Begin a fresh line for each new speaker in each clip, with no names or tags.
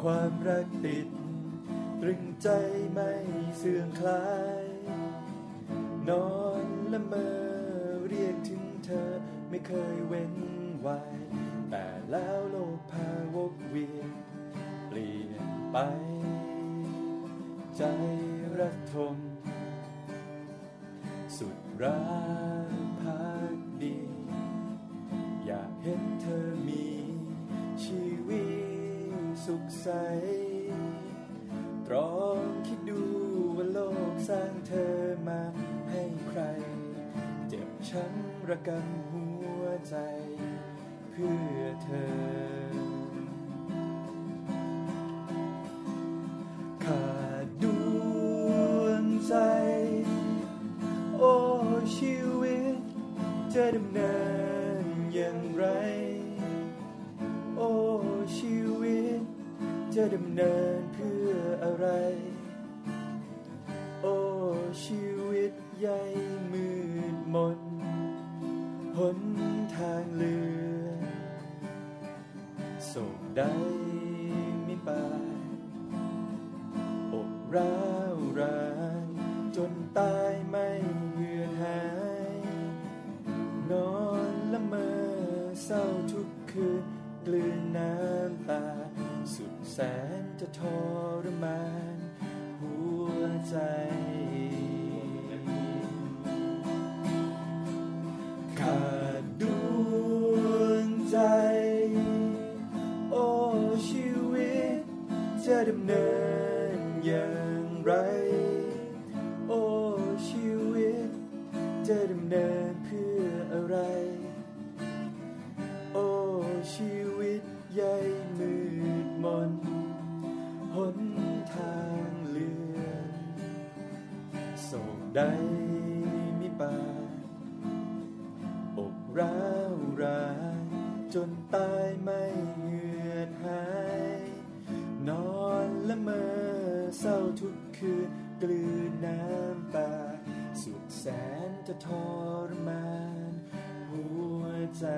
ความรักติดตรึงใจไม่เสื่อมคลายนอนละเมอเรียกถึงเธอไม่เคยเว้นวายแต่แล้วโลกพาวกเวียนเปลี่ยนไปใจระทมสุดรักภักดีอยากเห็นเธอมีชีวิตสุขใสตรองคิดดูว่าโลกสร้างเธอมาให้ใครเจ็บช้ำระกำหัวใจเพื่อเธอขาดดวงใจโอ้ชีวิตจะดำเนินอย่างไรโอ้ชีวิตจะดำเนินเพื่ออะไรโอ้ชีวิตใหญ่มืดมนหนทางเลือนโศกใดไม่ปานอกร้าวรานจนตายไม่เหือดหายนอนละเมอเศร้าทุกคืนกลืนน้ำตาสุดแสนจะทรมานหัวใจขาดดวงใจโอ้ชีวิตจะดำเนินอย่างไรโอ้ชีวิตจะดำเนินเพื่ออะไรโอ้ชีวิตใหญ่มืดมนหนทางเลือนโศกใดมิปานอกร้าวรานจนตายไม่เหือดหายนอนละเมอเศร้าทุกคืนกลืนน้ำตาสุดแสนจะทรมานหัวใจ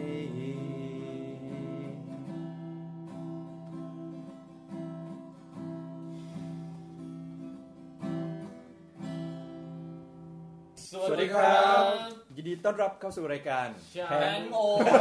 สวัสดีครับ
ยินดีต้อนรับเข้าสู่รายการ
แฮงโอ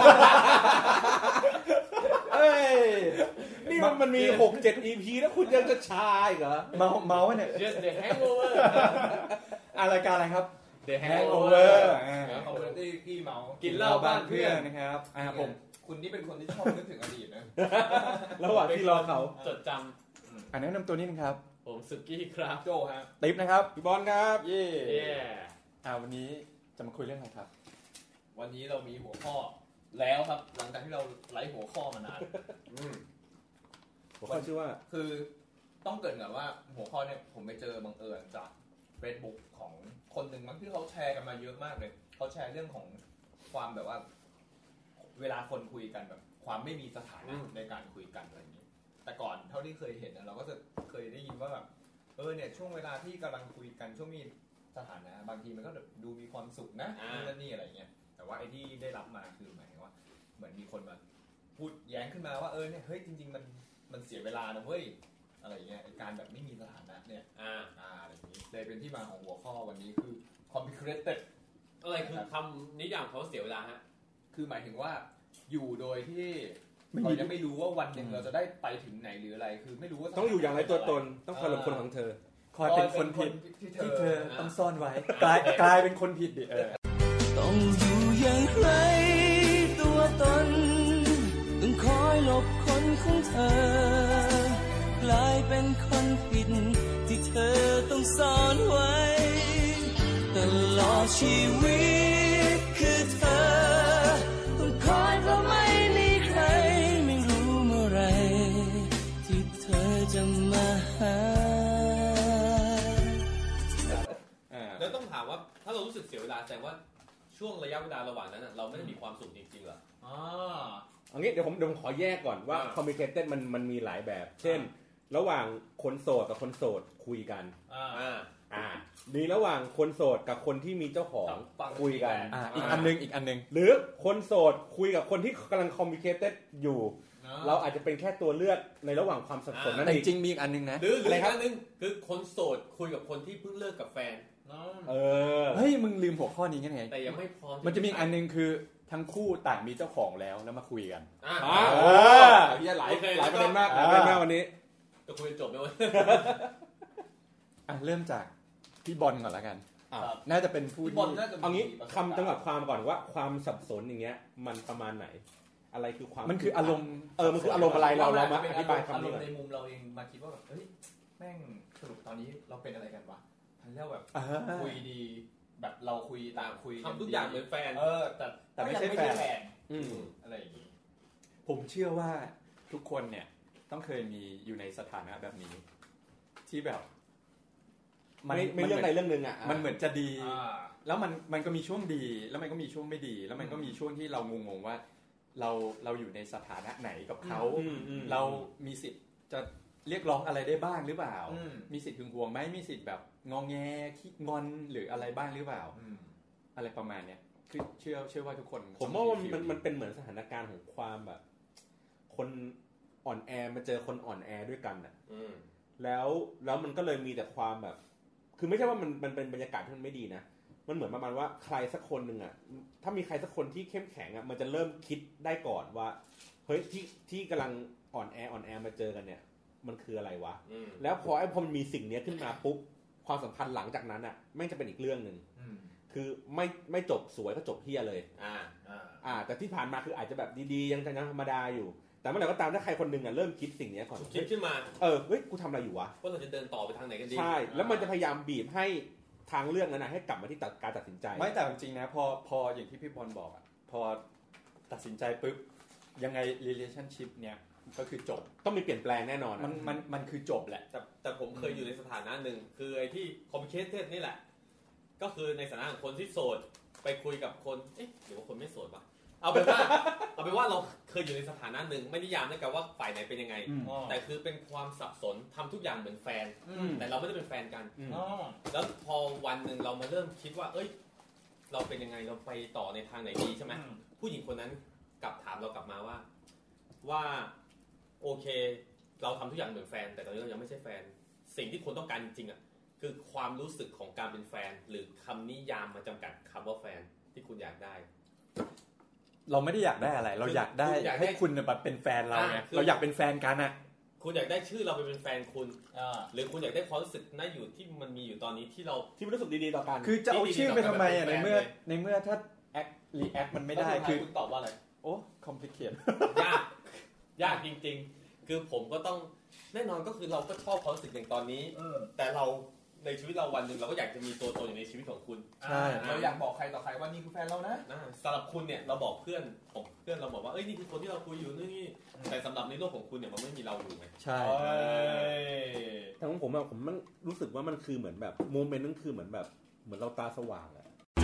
เอ้ย
นี่มันมี 6-7 EP แล้วคุณยังจะชายเหรอ
เมาเนี่ย
Just the Hangover
รายการอะไรครับ
The Hangover
คอมมูนิตี้พี่เมา
กินเหล้าบ้านเพื่อนนะครับผม
คุณนี่เป็นคนที่ชอบนึกถึงอดีตนะ
ระหว่างที่รอเขา
จดจ
ำแนะนำตัวนิดนึงครับ
ผมสุกี้ครับ
โจฮะ
ติ๊บนะครับ
พี่บอลครับ
เย่วันนี้จะมาคุยเรื่องอะไรครับ
วันนี้เรามีหัวข้อแล้วครับหลังจากที่เราไล่หัวข้อมานาน
หัวข้อชื่อว่า
คือต้องเกริ่นก่อนว่าหัวข้อเนี่ยผมไปเจอบังเอิญจาก Facebook ของคนหนึ่งมั้งที่เขาแชร์กันมาเยอะมากเลยเขาแชร์เรื่องของความแบบว่าเวลาคนคุยกันแบบความไม่มีสถานะในการคุยกันอะไรอย่างนี้แต่ก่อนเท่าที่เคยเห็นเราก็จะเคยได้ยินว่าแบบเนี่ยช่วงเวลาที่กำลังคุยกันช่วงมีสถานะบางทีมันก็ดูมีความสุขนะนั่นนี่อะไรเงี้ยแต่ว่าไอ้ที่ได้รับมาคือหมายถึงว่าเหมือนมีคนมาพูดแย้งขึ้นมาว่าเนี่ยเฮ้ยจริงๆมันเสียเวลานะเว้ยอะไรเงี้ยการแบบไม่มีสถานะเนี่ยอะไรอย่างนี้เลยเป็นที่มาของหัวข้อวันนี้คือ complicated
อะไรคือคำนิยามเขาเสียเวลาฮะ
คือหมายถึงว่าอยู่โดยที่เรายังไม่รู้ว่าวันหนึ่งเราจะได้ไปถึงไหนหรืออะไรคือไม่รู้ว่า
ต้องอยู่อย่างไรตัวตนต้องคอยหลบคนของเธอคอยเป็นคนผิดที่เธอต้องซ่อนไว้กลายเป็นคนผิดดิ
ต้องอยู่อย่างไรตัวตนต้องคอยหลบคนของเธอกลายเป็นคนผิดที่เธอต้องซ่อนไว้ตลอดชีวิตคือเธอต้องคอยเพราะไม่มีใครไม่รู้เมื่อไรที่เธอจะมาหา
แล้วต้องถามว่าถ้าเรารู้สึกเสียเวลาแสดงว่าช่วงระยะเวลาระหว่างนั้นเราไม่ได้มีความสุขจริงๆเหรอ
เอางี้เดี๋ยวผมขอแยกก่อนว่า complicated มันมีหลายแบบเช่นระหว่างคนโสดกับคนโสดคุยกันมีระหว่างคนโสดกับคนที่มีเจ้าของคุยกันอีกอันนึงหรือคนโสดคุยกับคนที่กำลัง complicated อยู่
เราอาจจะเป็นแค่ตัวเลือกในระหว่างความสับสนนั่น
แต่
เอ
จ
ง
ริงมีอีกอันนึงนะ
หรืออีกอันนึงคือคนโสดคุยกับคนที่เพิ่งเลิกกับแฟน
เฮ้ยมึงลืมหัวข้อนี้กันไง
แต่ยังไม่พร้อม
มันจะมีอีกอันนึงคือทั้งคู่ต่างมีเจ้าของแล้วมาคุยกัน
เฮียหลายประเด็นมากหลายประเด็นมากวันนี้
จะคุยจบไหมวะ
เริ่มจากพี่บอลก่อนละกันน่าจะเป็นผู้ที่
เอางี้คำจำกัดความก่อนว่าความสับสนอย่างเงี้ยมันประมาณไหนอะไรคือความ
มันคืออารมณ์
มันคืออารมณ์อะไรเรามาอธิบายคำนี้
ในมุมเราเองมาคิดว่าแบบเฮ้ยแม่งสรุปตอนนี้เราเป็นอะไรกันวะทันแล้วแบบคุยดีแบบเราคุยต่างคุย
ทำทุกอย่างเหมือนแฟน
แต่ไม่ใช่แฟนอะไรอย่างงี้
ผมเชื่อว่าทุกคนเนี่ยต้องเคยมีอยู่ในสถานะแบบนี้ที่แบบ
ไม่เรื่องใดเรื่องหนึ่งอ่ะ
มันเหมือนจะดีแล้วมันก็มีช่วงดีแล้วมันก็มีช่วงไม่ดีแล้วมันก็มีช่วงที่เรางงว่าเราอยู่ในสถานะไหนกับเขาเรามีสิทธิ์จะเรียกร้องอะไรได้บ้างหรือเปล่ามีสิทธิ์หึงหวงไหมมีสิทธิ์แบบงอแงขี้งอนหรืออะไรบ้างหรือเปล่าอะไรประมาณเนี้ยคือเชื่อว่าทุกคน
ผมว่ามันเป็นเหมือนสถานการณ์ของความแบบคนอ่อนแอมาเจอคนอ่อนแอด้วยกันอ่ะแล้วมันก็เลยมีแต่ความแบบคือไม่ใช่ว่ามันเป็นบรรยากาศที่มันไม่ดีนะมันเหมือนประมาณว่าใครสักคนหนึ่งอ่ะถ้ามีใครสักคนที่เข้มแข็งอ่ะมันจะเริ่มคิดได้ก่อนว่าเฮ้ยที่กำลังอ่อนแอมาเจอกันเนี่ยมันคืออะไรวะแล้วพอมันมีสิ่งนี้ขึ้นมาปุ๊บความสัมพันธ์หลังจากนั้นอ่ะแม่งจะเป็นอีกเรื่องนึงคือไม่จบสวยก็จบเหี้ยเลยแต่ที่ผ่านมาคืออาจจะแบบดีๆยังธรรมดาอยู่แต่เมื่อไหร่ก็ตามถ้าใครคนหนึ่งอ่ะเริ่มคิดสิ่งนี้ก่อน
คิดขึ้นมา
เฮ้ยกูทำอะไรอยู่วะ
ว่าเราจะเดินต่อไปทางไหนกันดี
ใช่แล้วมันจะพยายามบีบให้ทางเรื่องนั้นนะให้กลับมาที่การตัดสินใจ
ไม่แต่จริงๆนะพออย่างที่พี่บอลบอกอ่ะพอตัดสินใจปุ๊บยังไง relationship เนี่ยก็คือจบ
ต้องมีเปลี่ยนแปลงแน่นอน
มันคือจบแหละ
แต่ผมเคยอยู่ในสถานะหนึ่งคือไอ้ที่ complicated นี่แหละก็คือในสถานะของคนที่โสดไปคุยกับคนหรือว่าคนไม่โสดวะเอาเป็นว่าเราเคยอยู่ในสถานะหนึ่งไม่นิยามได้กันว่าฝ่ายไหนเป็นยังไงแต่คือเป็นความสับสนทำทุกอย่างเหมือนแฟนแต่เราไม่ได้เป็นแฟนกันแล้วพอวันหนึ่งเรามาเริ่มคิดว่าเราเป็นยังไงเราไปต่อในทางไหนดีใช่ไหมผู้หญิงคนนั้นกลับถามเรากลับมาว่าโอเคเราทำทุกอย่างเหมือนแฟนแต่ตอนนี้เรายังไม่ใช่แฟนสิ่งที่คนต้องการจริงๆอ่ะคือความรู้สึกของการเป็นแฟนหรือคำนิยามมาจำกัดคำว่าแฟนที่คุณอยากได้
เราไม่ได้อยากได้อะไรเราอยากได้ให้คุณแบบเป็นแฟนเราไงเราอยากเป็นแฟนกันอ่ะ
คุณอยากได้ชื่อเราไปเป็นแฟนคุณหรือคุณอยากได้ความรู้สึกน่าอยู่ที่มันมีอยู่ตอนนี้ที่
มันรู้สึกดีๆต่อกัน
คือจะเอาชื่อไปทำไมอ่ะในเมื่อถ้าreact มันไม่ได้คือ
คุณตอบว่าอะไร
โอ้ complicated
ยากจริงๆคือผมก็ต้องแน่นอนก็คือเราก็ชอบความรู้สึกอย่างตอนนี้แต่เราในชีวิตเราวันนึงเราก็อยากจะมีตัวตนอยู่ในชีวิตของคุณ
ใช่
เราอยากบอกใครต่อใครว่านี่คือแฟนเรานะ
สำหรับคุณเนี่ยเราบอกเพื่อนเราบอกว่านี่คือคนที่เราคุยอยู่นี่แต่สำหรับในโลกของคุณเนี่ยมันไม่มีเราอยู่ไง
ใช่
แต่ของผมมันรู้สึกว่ามันคือเหมือนแบบโมเมนต์นั้นคือเหมือนเราตาสว่างอะ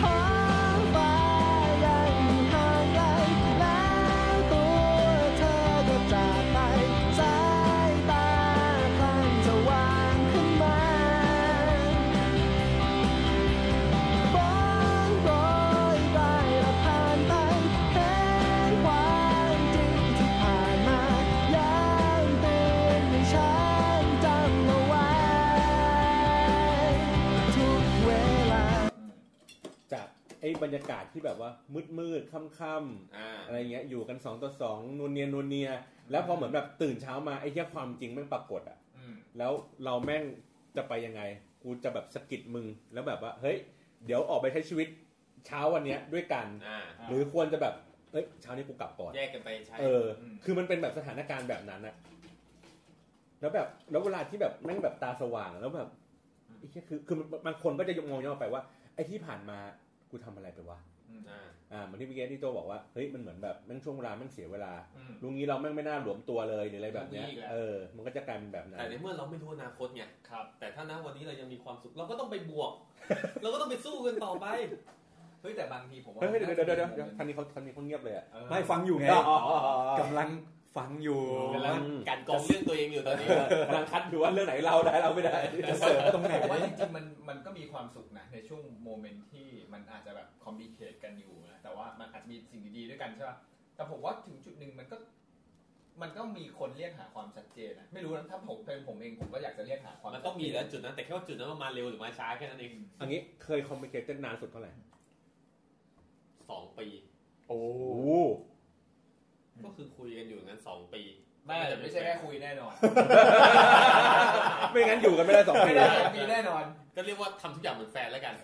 บรรยากาศที่แบบว่ามืดค่ำๆอะไรเงี้ยอยู่กัน2 ต่อ 2นวลเนียแล้วพอเหมือนแบบตื่นเช้ามาไอ้เหี้ยความจริงแม่งปรากฏอ่ะแล้วเราแม่งจะไปยังไงกูจะแบบสะกิดมึงแล้วแบบว่าเฮ้ยเดี๋ยวออกไปใช้ชีวิตเช้าวันนี้ด้วยกันหรือควรจะแบบเฮ้ยเช้านี้กูกลับก่อน
แยกกันไปใช่
คือมันเป็นแบบสถานการณ์แบบนั้นอ่ะแล้วเวลาที่แบบแม่งแบบตาสว่างแล้วแบบไอ้เหี้ยคือบางคนก็จะมองย้อนไปว่าไอ้ที่ผ่านมากูทำอะไรไปวะเหมือนที่พี่เกศที่โจบอกว่าเฮ้ยมันเหมือนแบบแม่งช่วงเวลาแม่งเสียเวลาลุงนี้เราแม่งไม่น่าหลวมตัวเลยหรืออะไรแบบเนี้ยมันก็จะกลายเป็นแบบนั้น
แต่ในเมื่อเราไม่รู้อนาคตไงแต่ถ้าณวันนี้เรายังมีความสุขเราก็ต้องไปบวก เราก็ต้องไปสู้กันต่อไป
เฮ้ยแต่บางทีผมว่า
เฮ้ยเดี๋ยวทันนี้เขาเงียบเลยอ่ะ
ไม่ฟังอยู่ไงกำลังฟังอยู่
การกองเรื่องตัวเองอยู่ตอนนี้
กำลังคัดดูว่าเรื่องไหนเราได้เราไม่ได้
จะเสริมตรงไหน
ว่าจริงๆมันก็มีความสุขนะในช่วงโมเมนต์ที่มันอาจจะแบบคอมบิเคทกันอยู่นะแต่ว่ามันอาจจะมีสิ่งดีๆด้วยกันใช่ป่ะแต่ผมว่าถึงจุดนึงมันก็มันก็มีคนเรียกหาความชัดเจนนะไม่รู้นะถ้าผมเป็นผมเองผมก็อยากจะเรียกหาความ
มันต้องมีแล้วจุดนั้นแต่แค่ว่าจุดนั้นมันมาเร็วหรือมาช้าแค่นั้นเอง
อันนี้เคยคอมมิวนิเคชั่นนานสุดเท่าไหร่
2 ปี
โอ้
ก็คือคุยกันอยู่งั้น2 ปี
ไม่ใช่แค่คุยแน่นอน
ไม่งั้นอยู่กันไม่ได้2 ปี
มีแน่นอน
ก็เรียกว่าทำทุกอย่างเหมือนแฟนแล้วกัน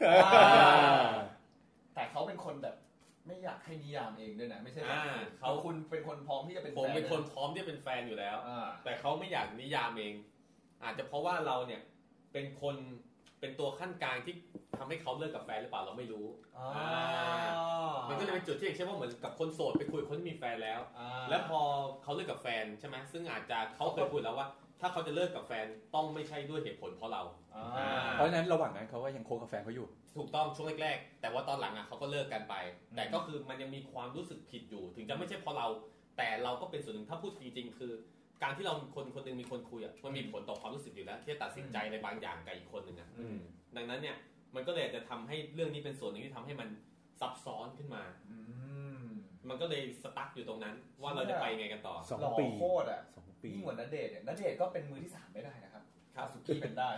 แต่เขาเป็นคนแบบไม่อยากให้นิยามเองด้วยนะไม่ใช่เขาคุณเป็นคนพร้อมที่จะเป็นแฟน
ผมเป็นคนพร้อมที่จะเป็นแฟนอยู่แล้วแต่เขาไม่อยากนิยามเองอาจจะเพราะว่าเราเนี่ยเป็นคนเป็นตัวขั้นกลางที่ทำให้เขาเลิกกับแฟนหรือเปล่าเราไม่รู้มันก็เลยเป็นจุดที่อย่างเช่นว่าเหมือนกับคนโสดไปคุยกับคนที่มีแฟนแล้วแล้วพอเขาเลิกกับแฟนใช่ไหมซึ่งอาจจะเขาเคยพูดแล้วว่าถ้าเขาจะเลิกกับแฟนต้องไม่ใช่ด้วยเหตุผลเพราะเรา
เพราะฉะนั้นระหว่างนั้นเขาก็ยังคบกับแฟนเขาอยู่
ถูกต้องช่วงแรกๆแต่ว่าตอนหลังเขาก็เลิกกันไปแต่ก็คือมันยังมีความรู้สึกผิดอยู่ถึงจะไม่ใช่เพราะเราแต่เราก็เป็นส่วนหนึ่งถ้าพูดจริงๆคือการที่เราคนนึงมีคนคุยมันมีผลต่อความรู้สึกอยู่แล้วที่จะตัดสินใจในบางอย่างกับอีกคนนึงดังนั้นเนี่ยมันก็เลยจะทำให้เรื่องนี้เป็นส่วนหนึ่งที่ทำให้มันซับซ้อนขึ้นมามันก็เลยสตั๊กอยู่ตรงนั้นว่าเราจะไปไงกันต่อ
2 ปีโคตร2 ปียิ่งกว่าณเดชน์เนี่ยณเดชน์ก็เป็นมือที่3ไม่ได้นะครับสุกี้เป็นได้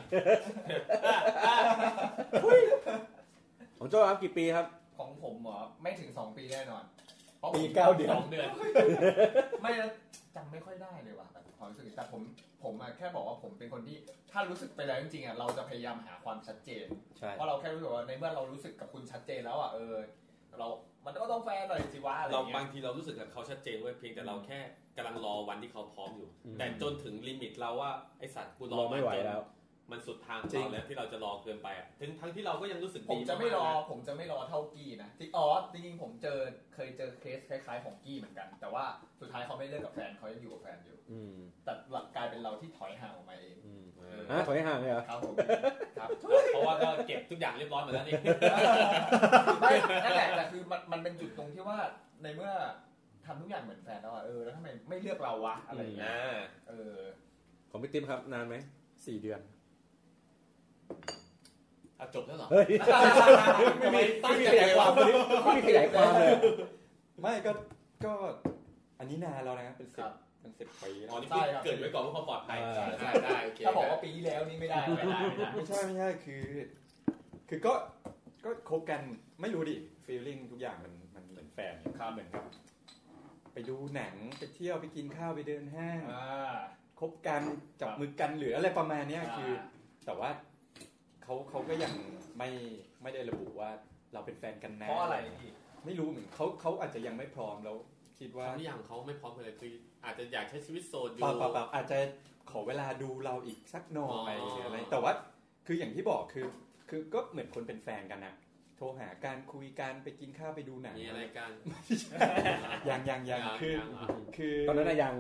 ของโจ้ครับกี่ปีครับ
ของผมเหรอไม่ถึง2 ปีแน่นอน
ปี9 เดือน
2 เดือน
ไม่จำไม่ค่อยได้เลยว่ะแบบความรู้สึกแต่ผมแค่บอกว่าผมเป็นคนที่ถ้ารู้สึกไปแล้วจริงๆเราจะพยายามหาความชัดเจนเพราะเราแค่รู้สึกว่าในเมื่อเรารู้สึกกับคุณชัดเจนแล้วเรามันก็ต้องแฟร์หน่อยสิวะอะไรเงี้ย
บางทีเรารู้สึกกับเขาชัดเจนเว้ยเพียงแต่เราแค่กำลังรอวันที่เขาพร้อมอยู่แต่จนถึงลิมิตเราว่าไอสัตว์กูรอ
ไม่ไหวแล้ว
มันสุดทางเราแล้วที่เราจะรอเกินไปทั้งที่เราก็ยังรู้สึกดี
ผมจะไม่รอเท่ากี้นะจริงๆผมเคยเจอเคสคล้ายๆของกี้เหมือนกันแต่ว่าสุดท้ายเขาไม่เลิกกับแฟนเขายังอยู่กับแฟนอยู่แต่หลักกลายเป็นเราที่ถอยห่างออกมาเอง
ถอยห่างเลยเหรอ
ครับผม
ครับเพราะว่าก็เก็บทุกอย่างเรียบร้อยหมดแล้วนี่
ไม่นั่นแหละแต่คือมันเป็นจุดตรงที่ว่าในเมื่อทำทุกอย่างเหมือนแฟนแล้วแล้วทำไมไม่เลือกเราวะอะไรอย่างเงี้ย
ของพี่ติ๊มครับนานไหม
4 เดือน
จบแล้วเหรอ
ไม่มีขยายความเลย
ไม่ก็อันนี้นานแล้วนะเป็น10 ปีแล้ว
นี่เกิดไว้ก่อนเพื่อความปลอดภัยได้โอเค
ถ้าบอกว่าปีที่แล้วนี่ไม่ได้
ไม่ใช่คือก็คบกันไม่รู้ดิฟีลลิ่งทุกอย่างมันเหมือนแฟนเหมือนกับไปดูหนังไปเที่ยวไปกินข้าวไปเดินห้างคบกันจับมือกันหรืออะไรประมาณนี้คือแต่ว่าเขาก็ยังไม่ได้ระบุว่าเราเป็นแฟนกันนะ
เพราะอะไร
ไม่รู้เหมือนเขาอาจจะยังไม่พร้อมแล้วคิดว่า
ทุกอย่างเขาไม่พร้อมเลยคืออาจจะอยากใช้ชีวิตโสดอยู่
เปล่าอาจจะขอเวลาดูเราอีกสักหน่อยอะไรแต่ว่าคืออย่างที่บอกคือก็เหมือนคนเป็นแฟนกันนะโทรหาการคุยกันไปกินข้าวไปดูหนัง
มีอะไรกัน
ยังคือ
ตอนนั้นยัง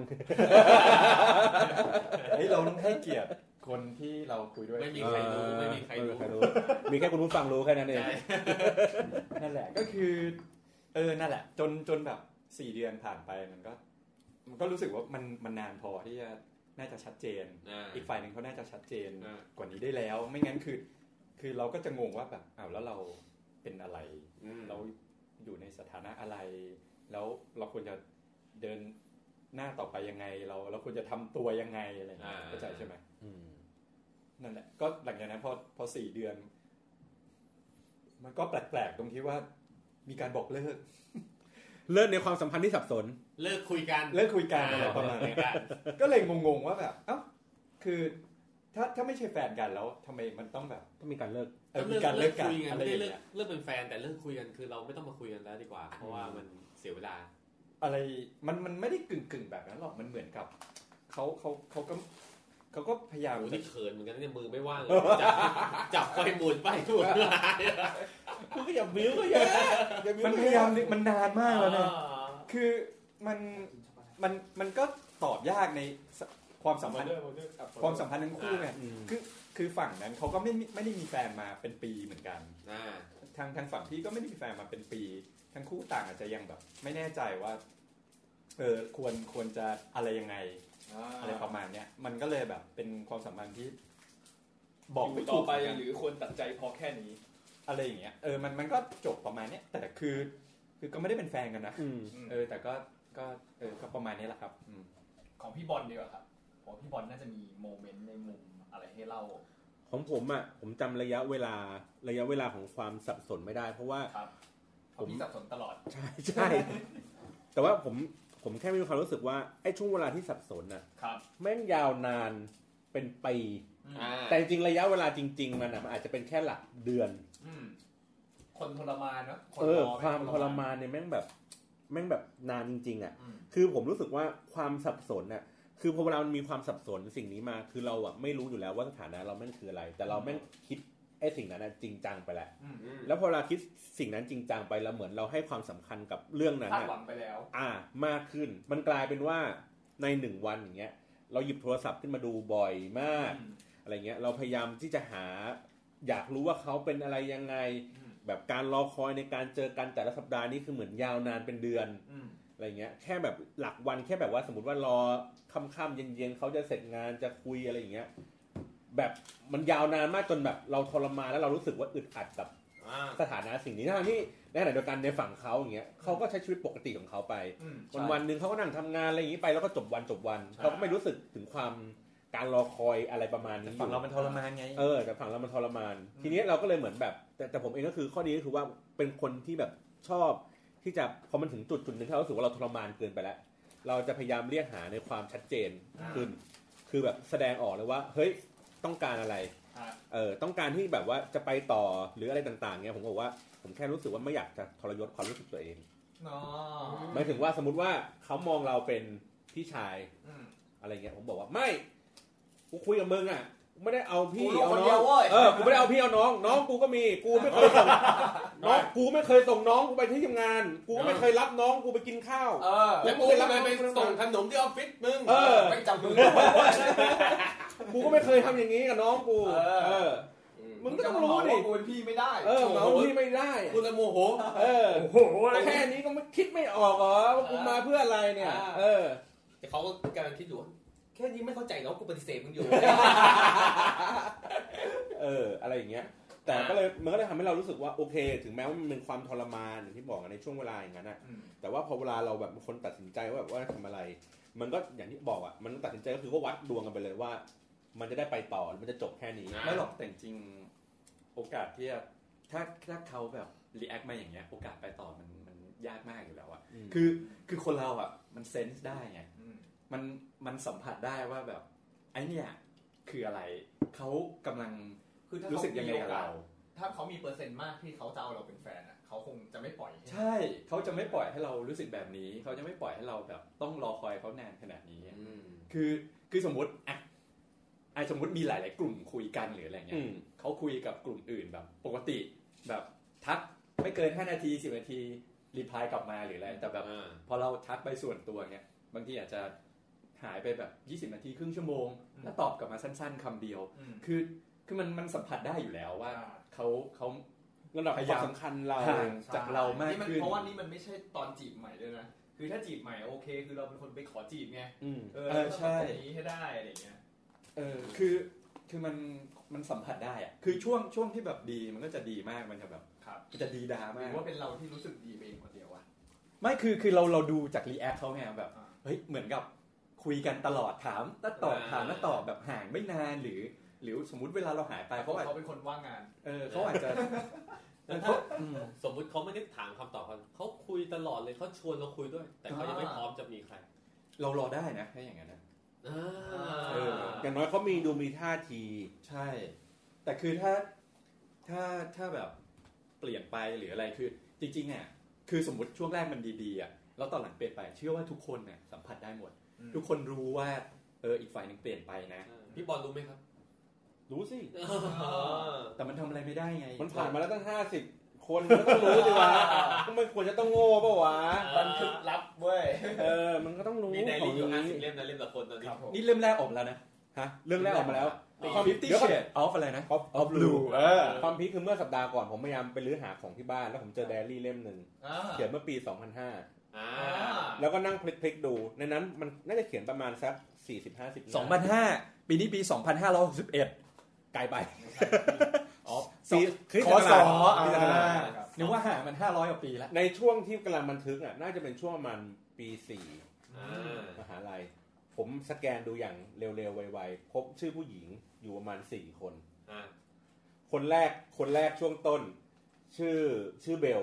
เราต้องให้เกียรติคนที่เราคุยด้วย
ไม่มีใครรู้มีแ
ค่คุณผู้ฟังรู้แค่นั้นเอง
นั่นแหละก็คือนั่นแหละจนแบบ4 เดือนผ่านไปมันก็รู้สึกว่ามันนานพอที่จะน่าจะชัดเจนอีกฝ่ายนึงเขาน่าจะชัดเจนกว่านี้ได้แล้วไม่งั้นคือเราก็จะงงว่าแบบแล้วเราเป็นอะไรเราอยู่ในสถานะอะไรแล้วเราควรจะเดินหน้าต่อไปยังไงเราควรจะทำตัวยังไงอะไรอย่างเงี้ยเข้าใจใช่ไหมนั่นแหละก็หลังจากนั้นพอ4 เดือนมันก็แปลกๆตรงที่ว่ามีการบอกเลิก
ในความสัมพันธ์ที่สับสน
เลิกคุยกัน
อะไรประมาณนี้ก็เลยงงๆว่าแบบคือถ้าไม่ใช่แฟนกันแล้วทำไมมันต้องแบบ
ต้องมีการเลิก
มีการเลิกคุยกันไม่ได้เลิกเป็นแฟนแต่เลิกคุยกันคือเราไม่ต้องมาคุยกันแล้วดีกว่าเพราะว่ามันเสียเวลา
อะไรมันไม่ได้กึ่งแบบนั้นหรอกมันเหมือนกับเขาก็พยายาม
นี่เขินเหมือนกันเนี่ยมือไม่ว่างเลยจับไฟหมุนไปหมุนมา
คุณก็อย่าบิ้วก็อย่า
มันพยายามมันนานมากแล้วนะคือมันก็ตอบยากในความสัมพันธ์ทั้งคู่ไงคือฝั่งนั้นเขาก็ไม่ได้มีแฟนมาเป็นปีเหมือนกันทางฝั่งพี่ก็ไม่ได้มีแฟนมาเป็นปีทั้งคู่ต่างอาจจะยังแบบไม่แน่ใจว่าควรจะอะไรยังไงอะไรประมาณเนี้ยมันก็เลยแบบเป็นความสัมพันธ์ที่
บอกไม่ถูกไปหรือควรตัดใจพอแค่นี้
อะไรอย่างเงี้ยมันก็จบประมาณเนี้ยแต่คือก็ไม่ได้เป็นแฟนกันนะแต่ก็ประมาณนี้แหละครับ
ของพี่บอลดีกว่าครับเพราะพี่บอลน่าจะมีโมเมนต์ในมุมอะไรให้เล่า
ของผมอ่ะผมจำระยะเวลาของความสับสนไม่ได้เพราะว่า
ผมสับสนตลอด
ใช่แต่ว่าผมแค่มีความรู้สึกว่าไอ้ช่วงเวลาที่สับสนน่ะแม่งยาวนานเป็นปีแต่จริงระยะเวลาจริงๆมันอาจจะเป็นแค่หลักเดือน
คนทรมานเนาะ
ความทรมานเนี่ยแม่งแบบนานจริงๆอ่ะคือผมรู้สึกว่าความสับสนน่ะคือพอเวลามันมีความสับสนสิ่งนี้มาคือเราอ่ะไม่รู้อยู่แล้วว่าสถานะเราแม่งคืออะไรแต่เราแม่งคิดไอ้สิ่งนั้นจริงจังไปแล้วแล้วพอเราคิดสิ่งนั้นจริงจังไปแล้วเหมือนเราให้ความสำคัญกับเรื่องนั้น
คาดหวังไปแล้ว
มากขึ้นมันกลายเป็นว่าใน1วันอย่างเงี้ยเราหยิบโทรศัพท์ขึ้นมาดูบ่อยมากอะไรเงี้ยเราพยายามที่จะอยากรู้ว่าเขาเป็นอะไรยังไงแบบการรอคอยในการเจอกันแต่ละสัปดาห์นี้คือเหมือนยาวนานเป็นเดือนอะไรเงี้ยแค่แบบหลักวันแค่แบบว่าสมมติว่ารอค่ำๆเย็นๆเขาจะเสร็จงานจะคุยอะไรอย่างเงี้ยแบบมันยาวนานมากจนแบบเราทรมานแล้วเรารู้สึกว่าอึดอัดกับสถานะสิ่งนี้ทั้งที่ในขณะเดียวกันในฝั่งเขาอย่างเงี้ยเขาก็ใช้ชีวิตปกติของเขาไปวันๆนึงเขาก็นั่งทำงานอะไรอย่างงี้ไปแล้วก็จบวันเขาก็ไม่รู้สึกถึงความการรอคอยอะไรประมาณนี้
ฝั่งเรามันทรมานไง
แต่ฝั่งเรามันทรมานทีนี้เราก็เลยเหมือนแบบแต่ผมเองก็คือข้อดีก็คือว่าเป็นคนที่แบบชอบที่จะพอมันถึงจุดนึงที่เรารู้สึกว่าเราทรมานเกินไปแล้วเราจะพยายามเรียกหาในความชัดเจนขึ้นคือแบบแสดงออกเลยว่าเฮ้ยต้องการอะไรต้องการที่แบบว่าจะไปต่อหรืออะไรต่างๆเงี้ยผมบอกว่าผมแค่รู้สึกว่าไม่อยากจะทรยศความรู้สึกตัวเองหมายถึงว่าสมมติว่าเขามองเราเป็นพี่ชายอะไรเงี้ยผมบอกว่าไม่กูคุยกับมึงอ่ะไม่ได้เอาพี่เอาน้องกูไม่ได้เอาพี่เอาน้องกูก็มีกูไม่เคยส่งน้องกูไม่เคยส่งน้องกูไปที่ทำงานกูก็ไม่เคยรับน้องกูไปกินข้าว
แล้วกูก็ไปส่งขนมที่ออฟฟิศมึง
ไปจับมือ
กูก็ไม่เคยทำอย่างนี้กับน้องกูมึงก็ต้องรู้ดิ
กูเป็นพี่ไม่ได้
เมาพี่ไม่ได้
กูเลยโมโห
แค่นี้ก็ไม่คิดไม่ออกเหรอว่ากูมาเพื่ออะไรเนี่ย
แต่เขาก็กำลังคิดอยู่แค่นี้ไม่เข้าใจแล้วกูปฏิเสธมึงอยู่
อะไรอย่างเงี้ยแต่ก็เลยมันก็เลยทำให้เรารู้สึกว่าโอเคถึงแม้ว่ามันเป็นความทรมานอย่างที่บอกในช่วงเวลาอย่างนั้นนะแต่ว่าพอเวลาเราแบบคนตัดสินใจว่าแบบว่าทำอะไรมันก็อย่างที่บอกอ่ะมันตัดสินใจก็คือว่าวัดดวงกันไปเลยว่ามันจะได้ไปต่อหรือมันจะจบแค่นี้
ไม่หรอกแต่จริงโอกาสที่ถ้าเขาแบบรีแอคมาอย่างเงี้ยโอกาสไปต่อมันยากมากอยู่แล้วอ่ะคือคนเราอ่ะมันเซนส์ได้ไงมันสัมผัสได้ว่าแบบไอ้เนี่ยคืออะไรเขากำลังรู้สึกยังไงกับเรา
ถ้าเขามีเปอร์เซ็นต์มากที่เขาจะเอาเราเป็นแฟนอ่ะเขาคงจะไม่ปล่อย
ใช่เขาจะไม่ปล่อยให้เรารู้สึกแบบนี้เขาจะไม่ปล่อยให้เราแบบต้องรอคอยเขานานขนาดนี้คือสมมติสมมติมีหลายๆกลุ่มคุยกันหรืออะไรเงี้ยเขาคุยกับกลุ่มอื่นแบบปกติแบบทักไม่เกิน5นาที10นาทีรีพลายกลับมาหรืออะไรแต่แบบพอเราทักไปส่วนตัวเงี้ยบางทีอาจจะหายไปแบบ20นาทีครึ่งชั่วโมงแล้วตอบกลับมาสั้นๆคำเดียวคือมันสัมผัสได้อยู่แล้วว่าเขา
ระดับความสำคัญเรา
จากเรามากขึ้น
เพราะว่านี่มันไม่ใช่ตอนจีบใหม่ด้วยนะคือถ้าจีบใหม่โอเคคือเราเป็นคนไปขอจีบไง
ใช่
นี้ให้ได้อะไรเงี้ย
คือมันสัมผัสได้อะคือช่วงที่แบบดีมันก็จะดีมากมันจะแบบมันจะดีดามาก
หรือว่าเป็นเราที่รู้สึกดีเองคนเดียววะ
ไม่คือเราดูจากรีแอคเขาไงแบบเฮ้ยเหมือนกับคุยกันตลอดถามแล้วตอบแบบห่างไม่นานหรือสมมุติเวลาเราหายไป
เขาเป็นคนว่างงาน
เขาอาจจะ
สมมุติเขาไม่ได้ถามคำตอบเขาคุยตลอดเลยเขาชวนเราคุยด้วยแต่เขายังไม่พร้อมจะมีใคร
เรารอได้นะถ้าอย่างนั้นนะ
อย่างน้อยเขามีท่าที
ใช่แต่คือถ้าแบบเปลี่ยนไปหรืออะไรคือจริงๆอ่ะคือสมมุติช่วงแรกมันดีๆอ่ะแล้วตอนหลังเปลี่ยนไปเชื่อว่าทุกคนเนี่ยสัมผัสได้หมดทุกคนรู้ว่าอีกฝ่ายนึงเปลี่ยนไปนะ
พี่บอลรู้ไหมครับ
รู้สิ
แต่มันทำอะไรไม่ได้ไง
มันผ่านมาแล้วตั้ง50คนก็ต้องรู้สิวะก็ไม่ควรจะต้องโง่ป่ะวะ
บันทึกลับเว้ย
มันก็ต้องรู้
มีไดรี่อยู่50เล่มนะเล่มละคนตอนนี้
นี่เล่มแรกออกแล้วนะ
เรื่องแรกออกมาแล้ว
50 Shades of อะไรนะ
of Blue ความพีคคือเมื่อสัปดาห์ก่อนผมพยายามไปรื้อหาของที่บ้านแล้วผมเจอไดรี่เล่มนึงเขียนเมื่อปี2005แล้วก็นั่งพลิกดูในนั้นมันน่าจะเขียนประมาณสัก40-50
2005ปีนี้ปี2561
ไกลไป
คศนึกว่าห่างมัน500กว่าปีแล้ว
ในช่วงที่กำลังบันทึกน่าจะเป็นช่วงประมาณปี4มหาลัยผมสแกนดูอย่างเร็วๆไวๆพบชื่อผู้หญิงอยู่ประมาณ4คนคนแรกช่วงต้นชื่อเบล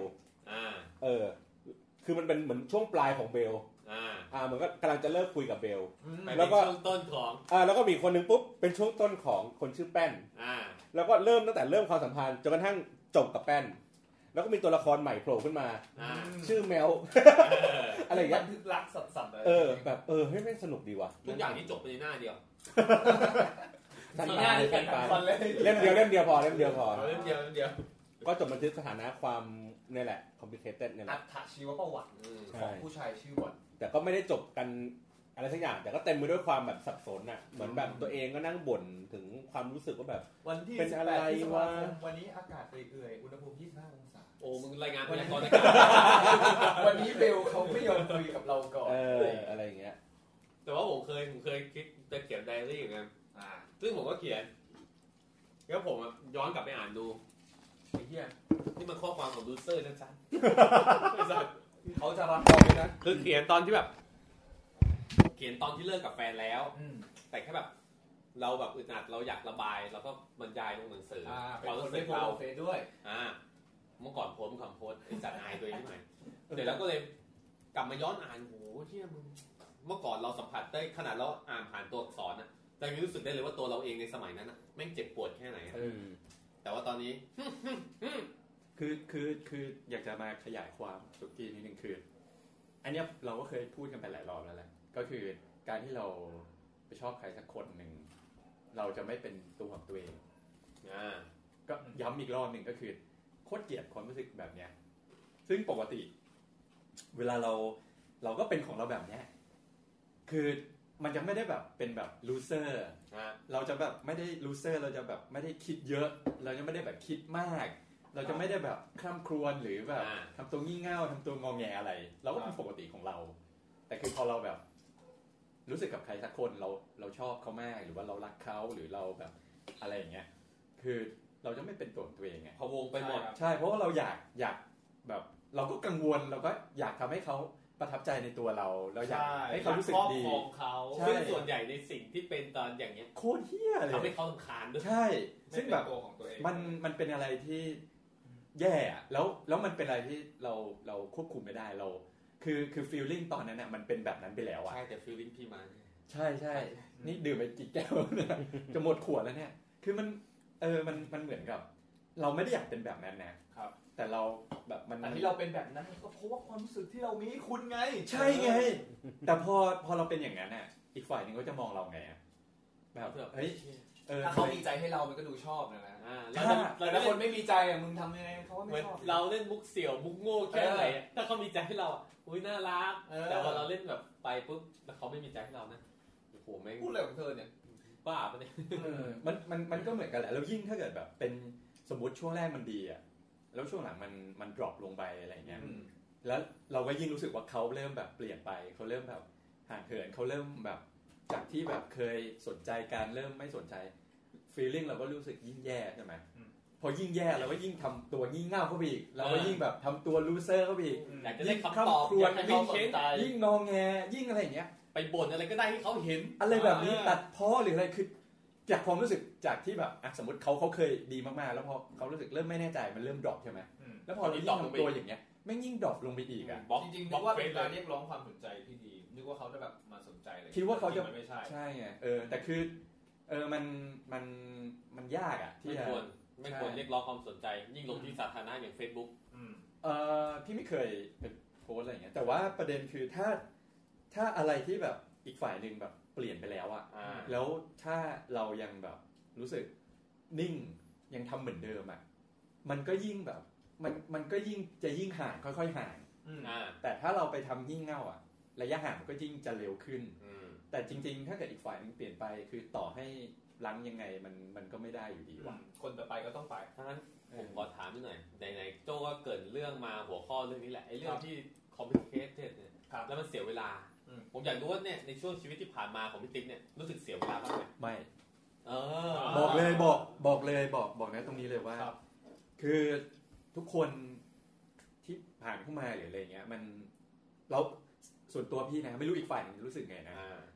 คือมันเป็นเหมือนช่วงปลายของเบลเหมือนก็กำลังจะเลิกคุยกับเบลแล้วก็
ช่วงต้นของ
แล้วก็มีคนนึงปุ๊บเป็นช่วงต้นของคนชื่อแป้นแล้วก็เริ่มตั้งแต่เริ่มความสัมพันธ์จนกระทั่งจบกับแป้นแล้วก็มีตัวละครใหม่โผล่ขึ้นมาชื่อแมวอะไรอย่างเงี้ย
รักสับๆ
เลยแบบเฮ้ยแม่งสนุกดีว่ะ
ทุกอย่างที่จบในหน้าเดียว
สั้นตาเล่มเดียวพอก็จบบันทึกสถานะความนี่แหละ complicated นี่แหละ
อัตชีวประวัติของผู้ชายชื่อบอล
แต่ก็ไม่ได้จบกันอะไรสักอย่างแต่ก็เต็มไปด้วยความแบบสับสนอ่ะเหมือนแบบตัวเองก็นั่งบ่นถึงความรู้สึกว่าแบบเป็นอะไรวะ
วันนี้อากาศเอื่อยๆอุณหภูมิ25องศา
โอ้มึงรายงานพยากรณ์อากาศ
วันนี้เบลเขาไม่ยอมคุยกับเราก่อน
อะไรอย่างเงี้ย
แต่ว่าผมเคยคิดจะเขียนไดอารี่เหมือนกันซึ่งผมก็เขียนแล้วผมย้อนกลับไปอ่านดูไอ้เหี้ยนี่มันข้อความของดูเซอร์ชัด
ๆเขาจะรับเราไหมนะ
คือเขียนตอนที่แบบเขียนตอนที่เลิกกับแฟนแล้วแต่แค่แบบเราแบบอึดอัดเราอยากระบายเราก็บรรยายลงหนังสือ
เรารู้สึกเราเฟซด้วย
เมื่อก่อนโพสไอ้จัดอายตัวเองนิดหน่อยเสร็จแล้วก็เลยกลับมาย้อนอ่านโหเหี้ยมึงเมื่อก่อนเราสัมผัสได้ขนาดเราอ่านผ่านตัวอักษรนะแต่ยังรู้สึกได้เลยว่าตัวเราเองในสมัยนั้นนะแม่งเจ็บปวดแค่ไหนแต่ว่าตอนนี้
คืออยากจะมาขยายความสุกี้นิดนึงคืออันนี้เราก็เคยพูดกันไปหลายรอบแล้วแหละก็คือการที่เราไปชอบใครสักคนหนึ่งเราจะไม่เป็นตัวของตัวเองก็ย้ำอีกรอบหนึ่งก็คือโคตรเกลียดความรู้สึกแบบเนี้ยซึ่งปกติเวลาเราก็เป็นของเราแบบเนี้ยคือมันจะไม่ได้แบบเป็นแบบลูเซอร์เราจะแบบไม่ได้ลูเซอร์เราจะแบบไม่ได้คิดเยอะเราจะไม่ได้แบบคิดมากเราจะไม่ได้แบบคร่ำครวญหรือแบบทำตัวงี่เง่าทำตัวงอแงอะไรเราก็เป็นปกติของเราแต่คือพอเราแบบรู้สึกกับใครสักคนเราชอบเขามากหรือว่าเรารักเขาหรือเราแบบอะไรอย่างเงี้ยคือเราจะไม่เป็นตัวเองไง
พะวงไปหมด
ใช่เพราะว่าเราอยากแบบเราก็กังวลเราก็อยากทำให้เขาประทับใจในตัวเราอยากให้เขารู้สึกดี
ของเขาซึ่งส่วนใหญ่ในสิ่งที่เป็นตอนอย่างเงี้ย
โคตรเหี้ยเลย
ทำให้เขารำคาญด้วย
ใช่ซึ่งแบบมันเป็นอะไรที่แย่แล้วมันเป็นอะไรที่เราควบคุมไม่ได้เราคือฟีลลิ่งตอนนั้นน่ะมันเป็นแบบนั้นไปแล้วอ่ะ
ใช่แต่ฟีลลิ่งพี่มา
ใช่นี่ดื่มไปกี่แก้วเนี่ยจะหมดขวดแล้วเนี่ยคือมันมันเหมือนกับเราไม่ได้อยากเป็นแบบนั้นนะครับแต่เราแบบ
แต่ที่เราเป็นแบบนั้นก็เพราะว่าความรู้สึกที่เรามีให้คุณไง
ใช่ไงแต่พอเราเป็นอย่างนั้นน่ะอีกฝ่ายนึงก็จะมองเราไงแบบเฮ้ย
ถ้าเขามีใจให้เรามันก็ดูชอบนะแต่คนไม่มีใจอ่ะมึงทำยังไงเขาก็ไม่ชอบ
เราเล่นมุกเสี่ยวมุกโง่แค่ไหนถ้าเขามีใจให้เราอุ้ยน่ารักแต่พอเราเล่นแบบไปปุ๊บแล้วเขาไม่มีใจให้เรานะโอ้โหแม่ง
พูดอะไรของเธอเนี่ย
บ้าปะเนี่ย
มันก็เหมือนกันแหละแล้วยิ่งถ้าเกิดแบบเป็นสมมติช่วงแรกมันดีอ่ะแล้วช่วงหลังมันดรอปลงไปอะไรเงี้ยแล้วเราก็ยิ่งรู้สึกว่าเขาเริ่มแบบเปลี่ยนไปเขาเริ่มแบบห่างเหินเขาเริ่มแบบจากที่แบบเคยสนใจการเริ่มไม่สนใจฟีลลิ่งเราก็รู้สึกยิ่งแย่ใช่ไหมพอยิ่งแย่เราก็ยิ่งทำตัวยิ่งเง่าเข้าไปอีกเราก็ยิ่งแบบทำตัวลูเซอร์เข้าไปอีก
อยากจะได้คำตอบ
อยากให้เขาสนใจยิ่งงอแงยิ่งอะไรอย่างเงี้ย
ไปบ่นอะไรก็ได้ที่เขาเห็น
อะไรแบบนี้ตัดพ้อหรืออะไรคือจากความรู้สึกจากที่แบบสมมติเขาเคยดีมากๆแล้วพอเขารู้สึกเริ่มไม่แน่ใจมันเริ่มดรอปใช่ไหมแล้วพอเรายิ่งทำตัวอย่างเงี้ยไม่ยิ่งดรอปลงไปอีกอ่ะ
จริงๆนึกว่าเป็นการเรียกร้องความสนใจที่ดีนึกว่าเขาจะแบบมาสนใจเลย
คิดว่าเขาจะ
ไม่
ใช่ไงแต่คือมันยากอ่ะ
ที่ไม่ควรเรียกร้องความสนใจยิ่งลงที่สาธารณะอย่าง Facebook
พี่ไม่เคยเป็นโพสอะไรอย่างเงี้ยแต่ว่าประเด็นคือถ้าอะไรที่แบบอีกฝ่ายนึงแบบเปลี่ยนไปแล้วอ่ะแล้วถ้าเรายังแบบรู้สึกนิ่งยังทำเหมือนเดิมอ่ะมันก็ยิ่งแบบมันก็ยิ่งจะยิ่งห่างค่อยๆห่างแต่ถ้าเราไปทำยิ่งเง่าอ่ะระยะห่างมันก็ยิ่งจะเร็วขึ้นแต่จริงๆถ้าเกิดอีกฝ่ายนึงเปลี่ยนไปคือต่อให้ลังยังไงมันก็ไม่ได้อยู่ดีว่ะ
คนต่อไปก็ต้องไป
ทั้งนั้นผมขอถามนิดหน่อยไหนๆโจ้ก็เกิดเรื่องมาหัวข้อเรื่องนี้แหละไอ้เรื่องที่ complicated เนี่ยแล้วมันเสียเวลาผมอยากรู้ว่าเนี่ยในช่วงชีวิตที่ผ่านมาของพี่ติ๊กเนี่ยรู้สึกเสียเวลาบ้างไหม
ไม่บอกเลยบอกนะตรงนี้เลยว่าคือทุกคนที่ผ่านเข้ามาหรืออะไรเงี้ยมันเราส่วนตัวพี่นะไม่รู้อีกฝ่ายนึงรู้สึกไงนะ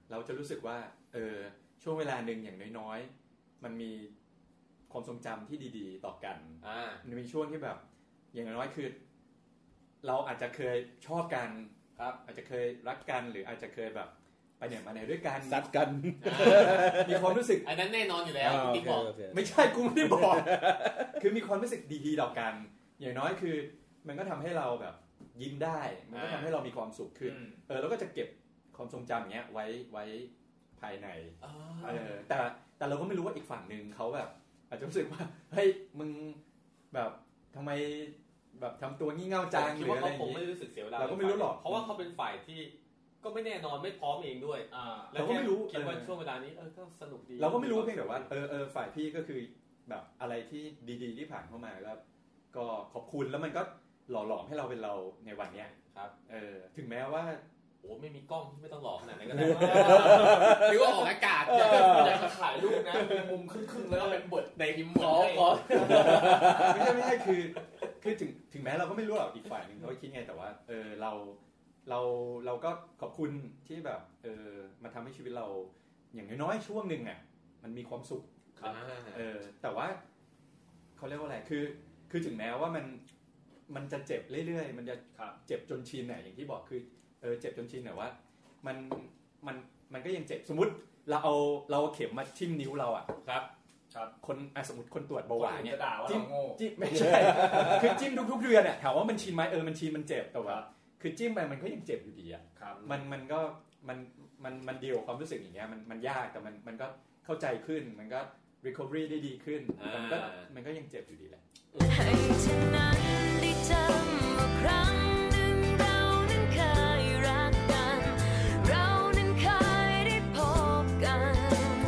เราจะรู้สึกว่าช่วงเวลาหนึ่งอย่างน้อยๆมันมีความทรงจำที่ดีๆต่อกันมันมีช่วงที่แบบอย่างน้อยคือเราอาจจะเคยชอบกันครับอาจจะเคยรักกันหรืออาจจะเคยแบบไปไหนมาไหนด้วยกัน
ซัดกัน
มีความรู้สึก
อันนั้นแน่นอนอยู่แล้วที่บอก
ไม่ใช่กูไม่ได้บอกคือมีความรู้สึกดีๆต่อกันอย่างน้อยคือมันก็ทำให้เราแบบยิ้มได้มันก็ทำให้เรามีความสุขขึ้นแล้วก็จะเก็บความทรงจำเนี้ยไว้ภายในแต่เราก็ไม่รู้ว่าอีกฝั่งนึงเขาแบบอาจจะรู้สึกว่าเฮ้ยมึงแบบทำไมแบบทำตัวงี่เง่าจังหรืออะไรอย่างงี้
ไม่รู้สึกเสียเวลา
เราก็ไม่รู้หรอก
เพราะว่าเขาเป็นฝ่ายที่ก็ไม่แน่นอนไม่พร้อมเองด้วย
เราก็ไม่รู้
คิดว่าช่วงเวลานี้ก็สนุกดี
เราก็ไม่รู้เพียงแต่ว่าฝ่ายพี่ก็คือแบบอะไรที่ดีๆที่ผ่านเข้ามาแล้วก็ขอบคุณแล้วมันก็หล่อหลอมให้เราเป็นเราในวันเนี้ย
ครับ
ถึงแม้ว่า
โอ้ไม่มีกล้องไม่ต้องหลอกขนาดนั้นก็ได้หรือว่าออกอากาศ
อยากจะถ่ายรูปนะมีมุมครึ่งๆแล้วก็เป็นบทในพิมพ์
ไม่ใช่คือถึงแม้เราก็ไม่รู้หรอกอีกฝ่ายนึงเขาคิดไงแต่ว่าเราก็ขอบคุณที่แบบมาทำให้ชีวิตเราอย่างน้อยๆช่วงนึงอ่ะมันมีความสุขแต่ว่าเขาเรียกว่าอะไรคือถึงแม้ว่ามันจะเจ็บเรื่อยๆมันจะเจ็บจนชินน่ะอย่างที่บอกคือเจ็บจนชินแต่ว่ามันก็ยังเจ็บสมมุติเราเข็มมาทิ่มนิ้วเราอ่ะ
ครับ
คนสมมติคนตรวจเบาหวานเนี่ย
จิ้ม
ไม่ใช่คือจิ้มทุกเดือนเนี่ยถามว่ามันชินไหมมันชินมันเจ็บแต่ว่าคือจิ้มไปมันก็ยังเจ็บอยู่ดีอ่ะมันก็มันเดียวความรู้สึกอย่างเงี้ยมันยากแต่มันก็เข้าใจขึ้นมันก็ recovery ได้ดีขึ้นมันก็ยังเจ็บอยู่ดีแหละให้ฉันนั้นได้จำว่าครั้งหนึ่งเรานั้นเคยรักกันเรานั้นเคยได้พบกัน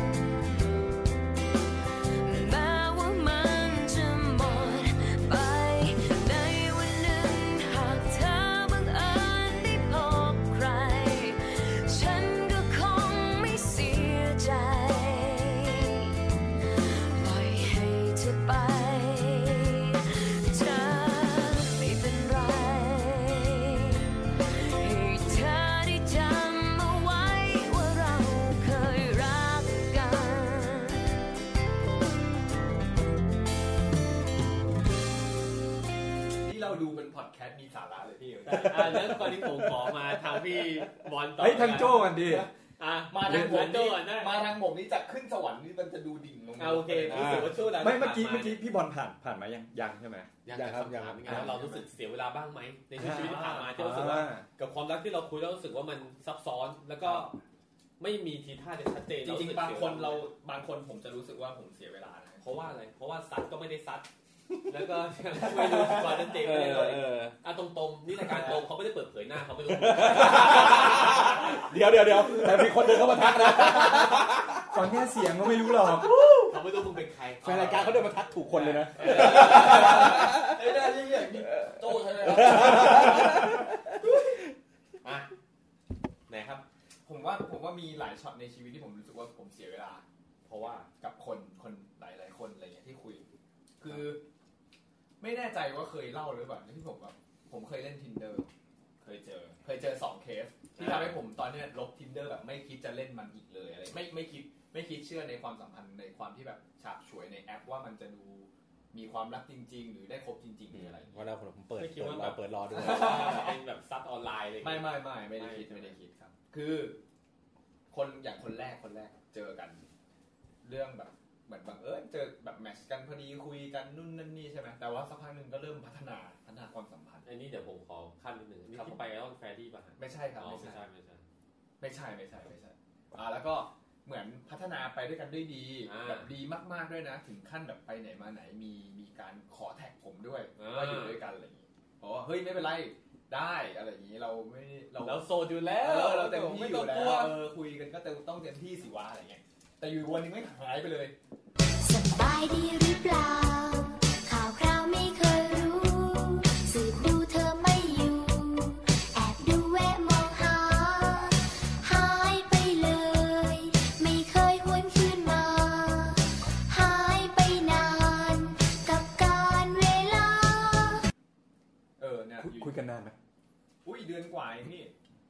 แม้ว่ามันจะหมดไปในวันหนึ่งหากเธอบังเอิญได้พบใครฉันก็คงไม่เสียใจปล่อยให้เธอไป
ดูเป็นพอดแคสต์มีสาระเลยพี่
แล้วตอนนี้ผมขอมาทางพี่บอลต่อ
ทางโจ้กันดิ
มาทางผมนี่มาทางผมนี่จะขึ้นสวรรค์นี่มันจะดูดิ่งลง
โอเครู้สึกว่าช่วงนั้น
ไม่เมื่อกี้พี่บอลผ่านมายังใช่ไหม
ยังครับเรารู้สึกเสียเวลาบ้างไหมในชีวิตที่ผ่านมาที่รู้สึกว่ากับความรักที่เราคุยแล้วรู้สึกว่ามันซับซ้อนแล้วก็ไม่มีทีท่าจะชัดเจน
จริงๆบางคนผมจะรู้สึกว่าผมเสียเวลานะ
เพราะว่าอะไรเพราะว่าซัดก็ไม่ได้ซัดแล้วก็ไม่รู้ความชัดเจนเลยตรงๆนี่รายการตรงเขาไม่ได้เปิดเผยหน้าเขาไม่รู้
เดี๋ยวแต่มีคนเดินเข้ามาทักนะ
ฟังแค่เสียงก็ไม่รู้หรอก
เขาไม่รู้มึงเป็นใคร
แฟนรายการเขาเดินมาทักถูกคนเลยนะ
ไอ้ได้ที่อย่างนี้โจ้ใช่ไหม
ไหนครับ
ผมว่ามีหลายช็อตในชีวิตที่ผมรู้สึกว่าผมเสียเวลาเพราะว่ากับคนหลายคนอะไรเงี้ยที่คุยคือไม่แน่ใจว่าเคยเล่าหรือเปล่าที่ผมเคยเล่น Tinder เคยเจอ2เคสที่ทำให้ผมตอนนี้ลบ Tinder แบบไม่คิดจะเล่นมันอีกเลยอะไรไม่คิดเชื่อในความสัมพันธ์ในความที่แบบฉาบฉวยในแอปว่ามันจะดูมีความรักจริงๆหรือได้คบจริงๆหรืออะไร
ว่าแล้วผมเปิดรอด้วย
เป็นแบบซัดออนไลน์เลย
ไม่ได้คิดครับคือคนอย่างคนแรกเจอกันเรื่องแบบเหมือนบังเอิญเจอแบบแมทช์กันพอดีคุยกันนู่นนั่นนี่ใช่ไหมแต่ว่าสักพักนึงก็เริ่มพัฒนาความสัมพันธ์
อันนี้เดี๋ยวผมขอขั้นนิดนึงนี่ที่ไปแล้วแฟรี่ป่ะ
ไม่ใช่ครับไม่ใช่แล้วก็เหมือนพัฒนาไปด้วยกันด้วยดีแบบดีมากๆด้วยนะถึงขั้นแบบไปไหนมาไหนมีการขอแท็กผมด้วยว่าอยู่ด้วยกันอะไรอย่างนี้เพราะว่าเฮ้ยไม่เป็นไรได้อะไรอย่างนี้เรา
โสดอยู่แล้ว
เราเต็มที่อยู่แล้วคุยกันก็ต้องเต็มที่สิวะอะไรอย่างเงี้ยแต่อยู่วันนึงไม่หายไปเลย
สบายดีหรือเปล่าข่าวคราวไม่เคยรู้สืบดูเธอไม่อยู่แอบดูแวะมองหาหายไปเลยไม่เคยหวนคืนมาหายไปนานกับการเวลา
เนี่ยคุยกันนานไหม
เดือนกว่าพี่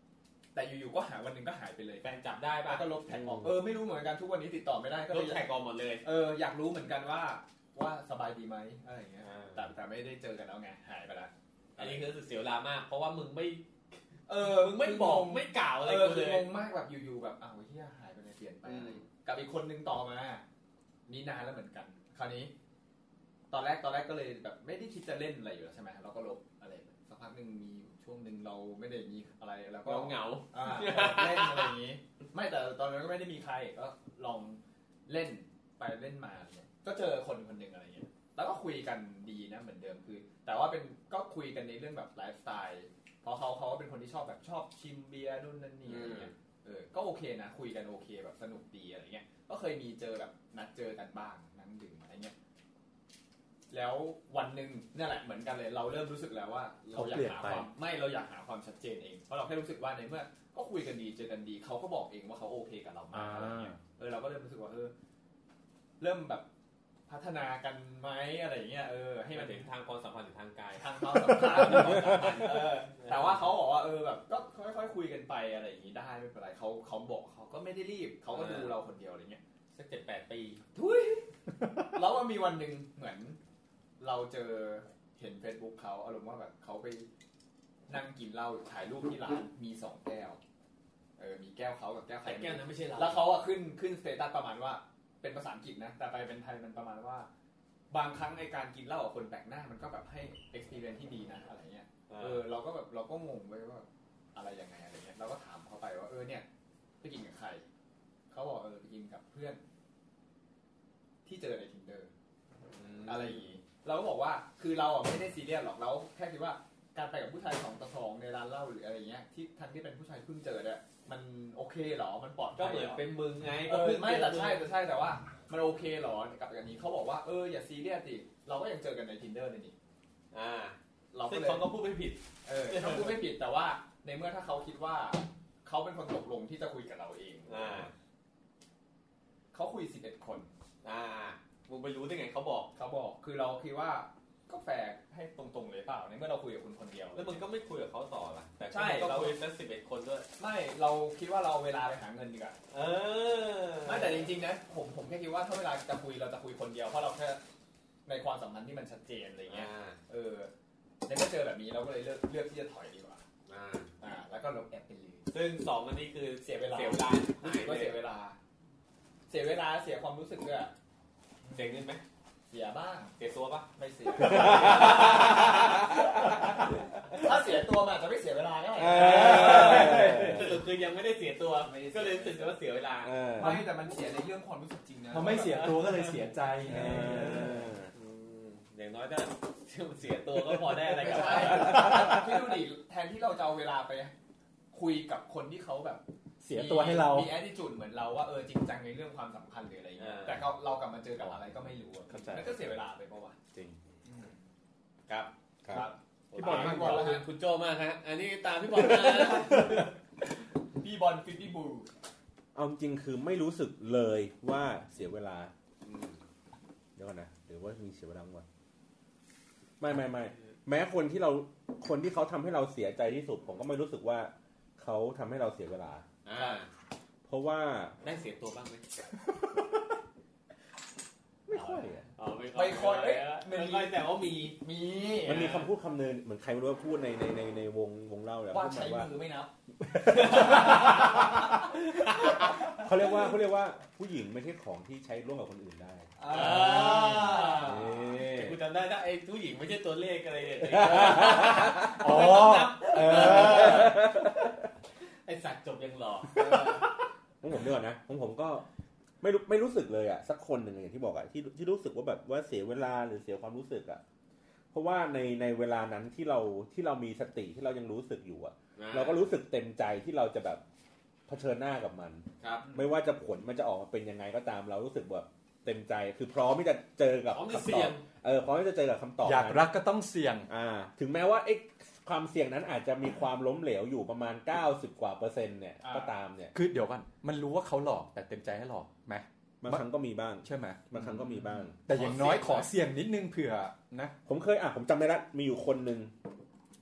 แต่อยู่ๆก็หาวันนึงก็หายไปเลย
แฟนจับได้ป่ะ
ก็ลบแท็กออกไม่รู้เหมือนกันทุกวันนี้ติดต่อไม่ได้ก็
ลบแท็กออกหมดเลย
อยากรู้เหมือนกันว่าสบายดีไหมอะไรอย่างเงี้ยแต่ไม่ได้เจอกันแล้วไงหายไปแล้ว
อันนี้คือเสียเวลามากเพราะว่ามึงไม่บอกไม่กล่าวอะไรกูเลย
งงมากแบบอยู่ๆแบบเหี้ยหายไปเลยเปลี่ยนไปกับอีกคนนึงต่อมานี่นานแล้วเหมือนกันคราวนี้ตอนแรกก็เลยแบบไม่ได้คิดจะเล่นอะไรอยู่แล้วใช่ไหมเราก็ลบอะไรสักพักนึงมีช่วงนึงเราไม่ได้มีอะไรแล้วก็
เหงา
เล่นอะไรอย่างงี้ไม่แต่ตอนนั้นก็ไม่ได้มีใครก็ลองเล่นไปเล่นมาเนี่ยก็เจอคนนึงอะไรเงี้ยแล้วก็คุยกันดีนะเหมือนเดิมคือแต่ว่าก็คุยกันในเรื่องแบบไลฟ์สไตล์เพราะเขาเป็นคนที่ชอบชิมเบียร์นู่นนั่นนี่อะไรเงี้ยก็โอเคนะคุยกันโอเคแบบสนุกดีอะไรเงี้ยก็เคยมีเจอแบบนัดเจอกันบ้างนั่งดื่มอะไรเงี้ยแล้ววันนึงนี่แหละเหมือนกันเลยเราเริ่มรู้สึกแล้วว่าเราอยากหาความชัดเจนเองเพราะเราแค่รู้สึกว่าในเมื่อก็คุยกันดีเจอกันดีเขาก็บอกเองว่าเขาโอเคกับเรามากอะไรเงี้ยเราก็เริ่มรู้สึกว่าเริ่มแบบพัฒนากันไหมอะไรอย่างเงี้ยให้มัน
ถึงทางความสัมพันธ์หรือทางกาย
ทางความสัมพันธ์แต่ว่าเขาบอกว่าแบบก็ค่อยๆคุยกันไปอะไรอย่างงี้ได้ไม่เป็นไรเขาบอกเขาก็ไม่ได้รีบเขาก็ดูเราคนเดียวอะไรเงี้ย
สัก 7-8 ปี
ทุยแล้วว่ามีวันนึงเหมือนเราเห็น Facebook เขาอารมณ์ว่าแบบเขาไปนั่งกินเหล้าถ่ายรูปที่ร้านมี2แก้วมีแก้วเขากับแก้วใคร
แก้วนั้นไม่ใช่เรา
แล้วเขาขึ้นสเตตัสประมาณว่าเป็นภาษาอังกฤษนะแต่ไปเป็นไทยมันประมาณว่าบางครั้งในการกินเหล้ากับคนแปลกหน้ามันก็แบบให้ experience ที่ดีนะอะไรเงี้ยเราก็งงไปว่าอะไรยังไงอะไรเงี้ยเราก็ถามเขาไปว่าเนี่ยไปกินกับใครเขาบอกไปกินกับเพื่อนที่เจอใน Tinder อะไรอย่างงี้เราก็บอกว่าคือเราไม่ได้ซีเรียสหรอกเราแค่คิดว่าการไปกับผู้ชาย2 ต่อ 2ในร้านเหล้าหรืออะไรเงี้ยที่ทั้งที่เป็นผู้ชายเพิ่งเจอเนี่ยมันโอเคหรอมันปลอดภัย
ก็เหมือนเป็นมึงไง
ไม่แต่ใช่แต่ว่ามันโอเคหรอกับอย่างนี้เขาบอกว่าอย่าซีเรียสสิเราก็ยังเจอกันใน Tinder นี่
เราก็เลยเขาก็พูดไม่ผิด
เขาพูดไม่ผิดแต่ว่าในเมื่อถ้าเขาคิดว่าเขาเป็นคนตกลงที่จะคุยกับเราเองเขาคุย11 คน
มึงไปรู้ได้ไงเขาบอก
คือเราคิดว่าก็แฝงให้ตรงๆเลยเปล่าในเมื่อเราคุยกับคุณคนเดียว
แล้วมึงก็ไม่คุยกับเขาต่อล่ะแต่ใช่เราคุยสัก11 คนด้วย
ไม่เราคิดว่าเราเวลาไปหาเงินดีกว่าไม่แต่จริงๆนะผมแค่คิดว่าถ้าเวลาจะคุยเราจะคุยคนเดียวเพราะเราแค่ในความสัมพันธ์ที่มันชัดเจนอะไรเงี้ยในเมื่อเจอแบบนี้เราก็เลยเลือกที่จะถอยดีกว่าแล้วก็ลบแอปไปเลย
ซึ่ง2อันนี้คือ
เสียเวลารู้สึกว่าเสียเวลาเสียความรู้สึกด้วย
เสียเงินไหม
เสียบ้าง
เสียตัวปะ
ไม่เสียถ้าเสียตัวมันอาจจะไม่เสียเวลาได้
คือยังไม่ได้เสียตัวก็เลยรู้สึกว่าเสียเวลา
ไม่แต่มันเสียในเรื่องความรู้สึกจริงนะ
พอไม่เสียตัวก็เลยเสียใจ
อย่างน้อยถ้าเสียตัวก็พอได้อะไรกับ
พี่ดูดิแทนที่เราจะเอาเวลาไปคุยกับคนที่เขาแบบ
เสียตัวให้เรา
มี attitude เหมือนเราว่าจริงจังในเรื่องความสัมพันธ์หรืออะไรอย่างเงี้ยแต่เรากลับมาเจอกับอะไรก็ไม่รู้แล้วก็เสียเวลาไปเพราะว่า
จริงครับ
พี่บอลมากกว่า
คุณโจมากฮะอันนี้ตามพี่บอลมา
พี่บอลฟิตตี้บู
เอาจริงคือไม่รู้สึกเลยว่าเสียเวลาเดี๋ยวก่อนนะหรือว่ามีเสียเวลาก่อนไม่แม้คนที่เขาทำให้เราเสียใจที่สุดผมก็ไม่รู้สึกว่าเขาทำให้เราเสียเวลาเพราะว่า
ได้เสียตัวบ้างไหม
ไม่ค่อย
ไม่ค่อย
แต่ว่า
มันมีคำพูดคำนึงเหมือนใครไม่รู้ว่าพูดในวงเล่าแล้ว
ว่าใช้มือไม่นับ
เขาเรียกว่าผู้หญิงไม่ใช่ของที่ใช้ร่วมกับคนอื่นได้
กูจำได้ถ้าไอ้ผู้หญิงไม่ใช่ตัวเลขอะไรเนี่ยไอ้สัตว์จบยังหล่อ
ของผมด้วยนะของผมก็ไม่รู้สึกเลยอ่ะสักคนหนึ่งอย่างที่บอกอ่ะที่รู้สึกว่าแบบว่าเสียเวลาหรือเสียความรู้สึกอ่ะเพราะว่าในเวลานั้นที่เรามีสติที่เรายังรู้สึกอยู่อ่ะเราก็รู้สึกเต็มใจที่เราจะแบบเผชิญหน้ากับมันไม่ว่าจะผลมันจะออกมาเป็นยังไงก็ตามเรารู้สึกแบบเต็มใจคือพร้อมที่จะเจอกับคำตอบพร้อมที่จะเจอกับคำตอบ
อยากรักก็ต้องเสี่ยง
ถึงแม้ว่าความเสี่ยงนั้นอาจจะมีความล้มเหลวอยู่ประมาณ90%กว่าเนี่ยก็ตามเนี่ย
คือเดี๋ยวก่อนมันรู้ว่าเขาหลอกแต่เต็มใจให้หลอกไหม
บางครั้งก็มีบ้าง
ใช่ไหม
บางครั้งก็มีบ้าง
แต่อย่างน้อยขอเสี่ยงนิดนึงเผื่อนะ
ผมเคยผมจำได้ละมีอยู่คนนึง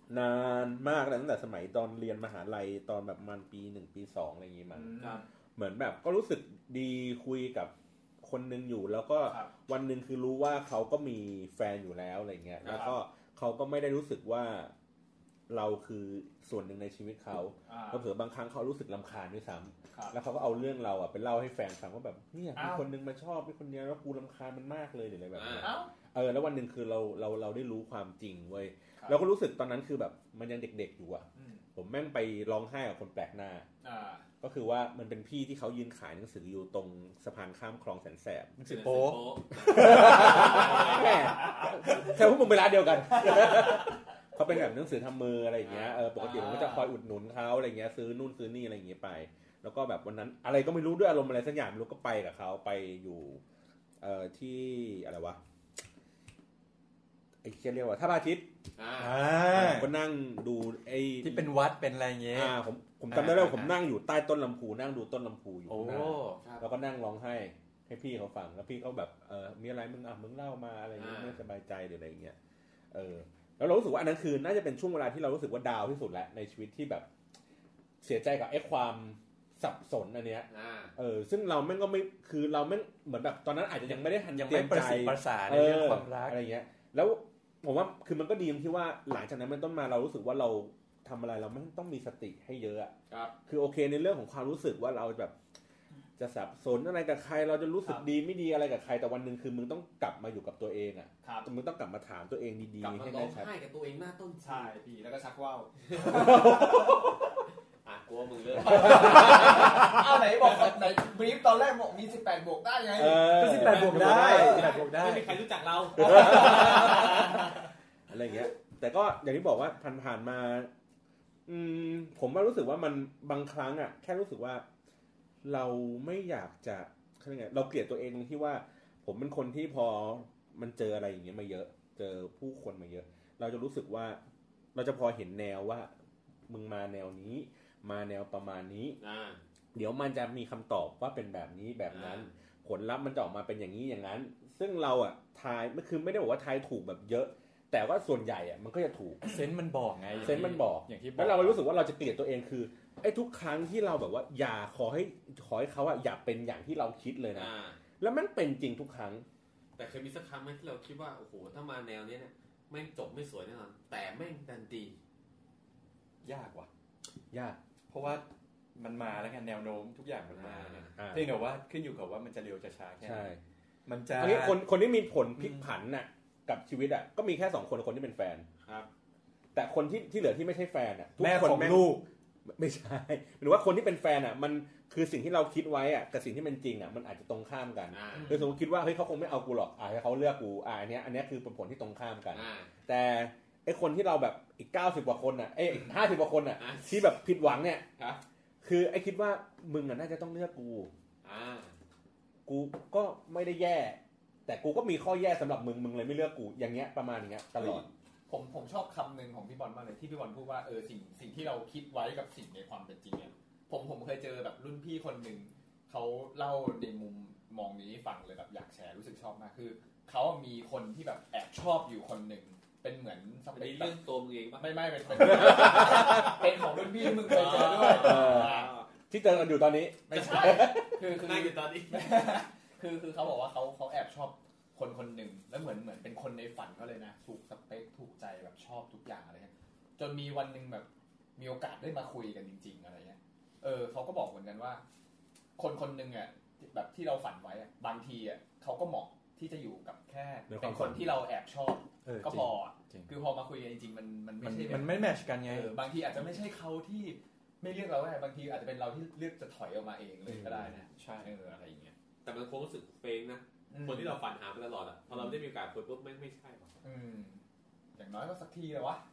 นานมากตั้งแต่สมัยตอนเรียนมหาลัยตอนแบบมันปี1ปี2อะไรอย่างงี้มันเหมือนแบบก็รู้สึกดีคุยกับคนนึงอยู่แล้วก็วันนึงคือรู้ว่าเขาก็มีแฟนอยู่แล้วอะไรเงี้ยแล้วก็เขาก็ไม่ได้รู้สึกว่าเราคือส่วนหนึ่งในชีวิตเขาเผลอบางครั้งเขารู้สึกรำคาญด้วยซ้ำแล้วเขาก็เอาเรื่องเราไปเล่าให้แฟนฟังว่าแบบเนี่ยมีคนนึงมาชอบมีคนนี้แล้วกูรำคาญมันมากเลยหรืออะไรแบบนี้แล้ววันนึงคือเราได้รู้ความจริงเว้ยเราก็รู้สึกตอนนั้นคือแบบมันยังเด็กๆอยู่อ่ะผมแม่งไปร้องไห้กับคนแปลกหน้าก็คือว่ามันเป็นพี่ที่เขายืนขายหนังสืออยู่ตรงสะพานข้ามคลองแสนแสบ
หนังสือโป๊
แม่แค่พวกมึงเวลาเดียวกันเขาเป็นแบบหนังสือทำมืออะไรอย่างเงี้ยปกติผมก็จะคอยอุดหนุนเขาอะไรเงี้ยซื้อนู่นซื้อนี่อะไรอย่างเงี้ยไปแล้วก็แบบวันนั้นอะไรก็ไม่รู้ด้วยอารมณ์อะไรสักอย่างไม่รู้ก็ไปกับเขาไปอยู่ที่อะไรวะไอ้เรียกว่าท่าพระอาทิตย์ก็นั่งดูไอ้
ที่เป็นวัดเป็นอะไรเงี้ย
ผมจำได้แล้วผมนั่งอยู่ใต้ต้นลำพูนั่งดูต้นลำพูอยู่แล้วก็นั่งร้องไห้ให้พี่เขาฟังแล้วพี่เขาแบบมีอะไรมึงเล่ามาอะไรเงี้ยไม่สบายใจหรืออะไรเงี้ยแล้วเรารู้สึกว่าอันนั้นคือน่าจะเป็นช่วงเวลาที่เรารู้สึกว่าดาวที่สุดแหละในชีวิตที่แบบเสียใจกับไอ้ความสับสนอันเนี้ยซึ่งเราแม่งก็ไม่คือเราแม่งเหมือนแบบตอนนั้นอาจจะยังไม่ได้ทัน
ยังไม่ประสิทธิ์ประสาในเรื่องความรัก
อะไรเงี้ยแล้วผมว่าคือมันก็ดีตรงที่ว่าหลังจากนั้นมันต้นมาเรารู้สึกว่าเราทำอะไรเราไม่ต้องมีสติให้เยอะคือโอเคในเรื่องของความรู้สึกว่าเราแบบจะสับสนอะไรกับใครเราจะรู้สึกดีไม่ดีอะไรกับใครแต่วันนึงคือมึงต้องกลับมาอยู่กับตัวเองมึงต้องกลับมาถามตัวเองดีๆให้ได้ชัด
ให้กับตัวเองหน้าต้น
ใช่พี่แล้วก็ชักว่าว
กลัวมึงเลิก
ไหนบอกไหนบรีฟตอนแรกบอกมี18บวกได้ไง
ก็18บวกได้
ไม่มีใครรู้จักเรา
อะไรเงี้ยแต่ก็อย่างที่บอกว่าผ่านมาผมว่ารู้สึกว่ามันบางครั้งอ่ะแค่รู้สึกว่าเราไม่อยากจะเราเกลียดตัวเองตรงที่ว่าผมเป็นคนที่พอมันเจออะไรอย่างเงี้ยมาเยอะเจอผู้คนมาเยอะเราจะรู้สึกว่าเราจะพอเห็นแนวว่ามึงมาแนวนี้มาแนวประมาณนี้เดี๋ยวมันจะมีคำตอบว่าเป็นแบบนี้แบบนั้นผลลัพธ์มันจะออกมาเป็นอย่างนี้อย่างนั้นซึ่งเราอ่ะทายคือไม่ได้บอกว่าทายถูกแบบเยอะแต่ว่าส่วนใหญ่อ่ะมันก็จะถูก
เซนส์มันบอกไง
เซนส์มันบอกอย่างที่แล้วเรารู้สึกว่าเราจะเกลียดตัวเองคือไอ้ทุกครั้งที่เราแบบว่าอย่าขอให้เขาอ่ะอย่าเป็นอย่างที่เราคิดเลยนะแล้วมันเป็นจริงทุกครั้ง
แต่เคยมีสักครั้งไหมที่เราคิดว่าโอ้โหถ้ามาแนวนี้เนี่ยแม่งจบไม่สวยแน่นอนแต่แม่งดันดี
ยากว่ะ
ยาก
เพราะว่ามันมาแล้วกันแนวโน้มทุกอย่างมันมาเพียงแต่ว่าขึ้นอยู่กับว่ามันจะเร็วจะช้าแค่ไหนมันจะ
อันนี้คนที่มีผลพลิกผันน่ะกับชีวิตอ่ะก็มีแค่2คนที่เป็นแฟน
ครับ
แต่คนที่เหลือที่ไม่ใช่แฟนอ่ะ
แม่ของลูก
ไม่ใช่หรือว่าคนที่เป็นแฟนอ่ะมันคือสิ่งที่เราคิดไว้อ่ะกับสิ่งที่เป็นจริงอ่ะมันอาจจะตรงข้ามกันคือสมมติคิดว่าเฮ้ยเขาคงไม่เอากูหรอกให้เขาเลือกกูอันเนี้ยคือผลที่ตรงข้ามกันแต่ไอ้คนที่เราแบบอีก90กว่าคนน่ะอีก50กว่าคนน่ะที่แบบผิดหวังเนี่ยคือไอ้คิดว่ามึงน่ะน่าจะต้องเลือกกูก็ไม่ได้แย่แต่กูก็มีข้อแย่สำหรับมึงเลยไม่เลือกกูอย่างเงี้ยประมาณอย่างเงี้ยตลอด
ผมชอบคำนึงของพี่บอลมากเลยที่พี่บอลพูดว่าสิ่งที่เราคิดไว้กับสิ่งในความเป็นจริงเนี่ยผมเคยเจอแบบรุ่นพี่คนนึงเขาเล่าในมุมมองนี้ฟังเลยแบบอยากแชร์รู้สึกชอบมากคือเขามีคนที่แบบแอบชอบอยู่คนนึงเป็นเหมือน
สเปคเรื่องตัวมึงเองป่ะ
ไม่เป็นของรุ่นพี่มึงเคยเจอด้วย
ที่เจอกันอยู่ตอนนี้
ไม่ใช่คือ
นั่งอยู่ตอนนี้
คือเขาบอกว่าเขาแอบชอบคนหนึ่งแล้วเหมือนเป็นคนในฝันเขาเลยนะถูกสเปคถูกใจแบบชอบทุกอย่างอะไรเงี้ยจนมีวันนึงแบบมีโอกาสได้มาคุยกันจริงๆอะไรเงี้ยเขาก็บอกเหมือนกันว่าคนหนึ่งอ่ะแบบที่เราฝันไว้อ่ะบางทีอ่ะเขาก็เหมาะที่จะอยู่กับแค่เป็นคนที่เราแอบชอบก็พอคือพอมาคุยกันจริงๆมันไม่ใช่
มันไม่แมทช์กันไง
บางทีอาจจะไม่ใช่เขาที่ไม่เลือกเราได้บางทีอาจจะเป็นเราที่เลือกจะถอยออกมาเองเลยก็ได้นะ
ใช่
อะไรอย่างเงี้ย
แต่มันคงรู้สึกเฟงนะคนที่เราฝันหามาตลอดอ่ะพอเราได้มีโอกาสคุยปุ๊บไม่ใช่หรอก
อย่างน้อยก็สักทีเลยวะ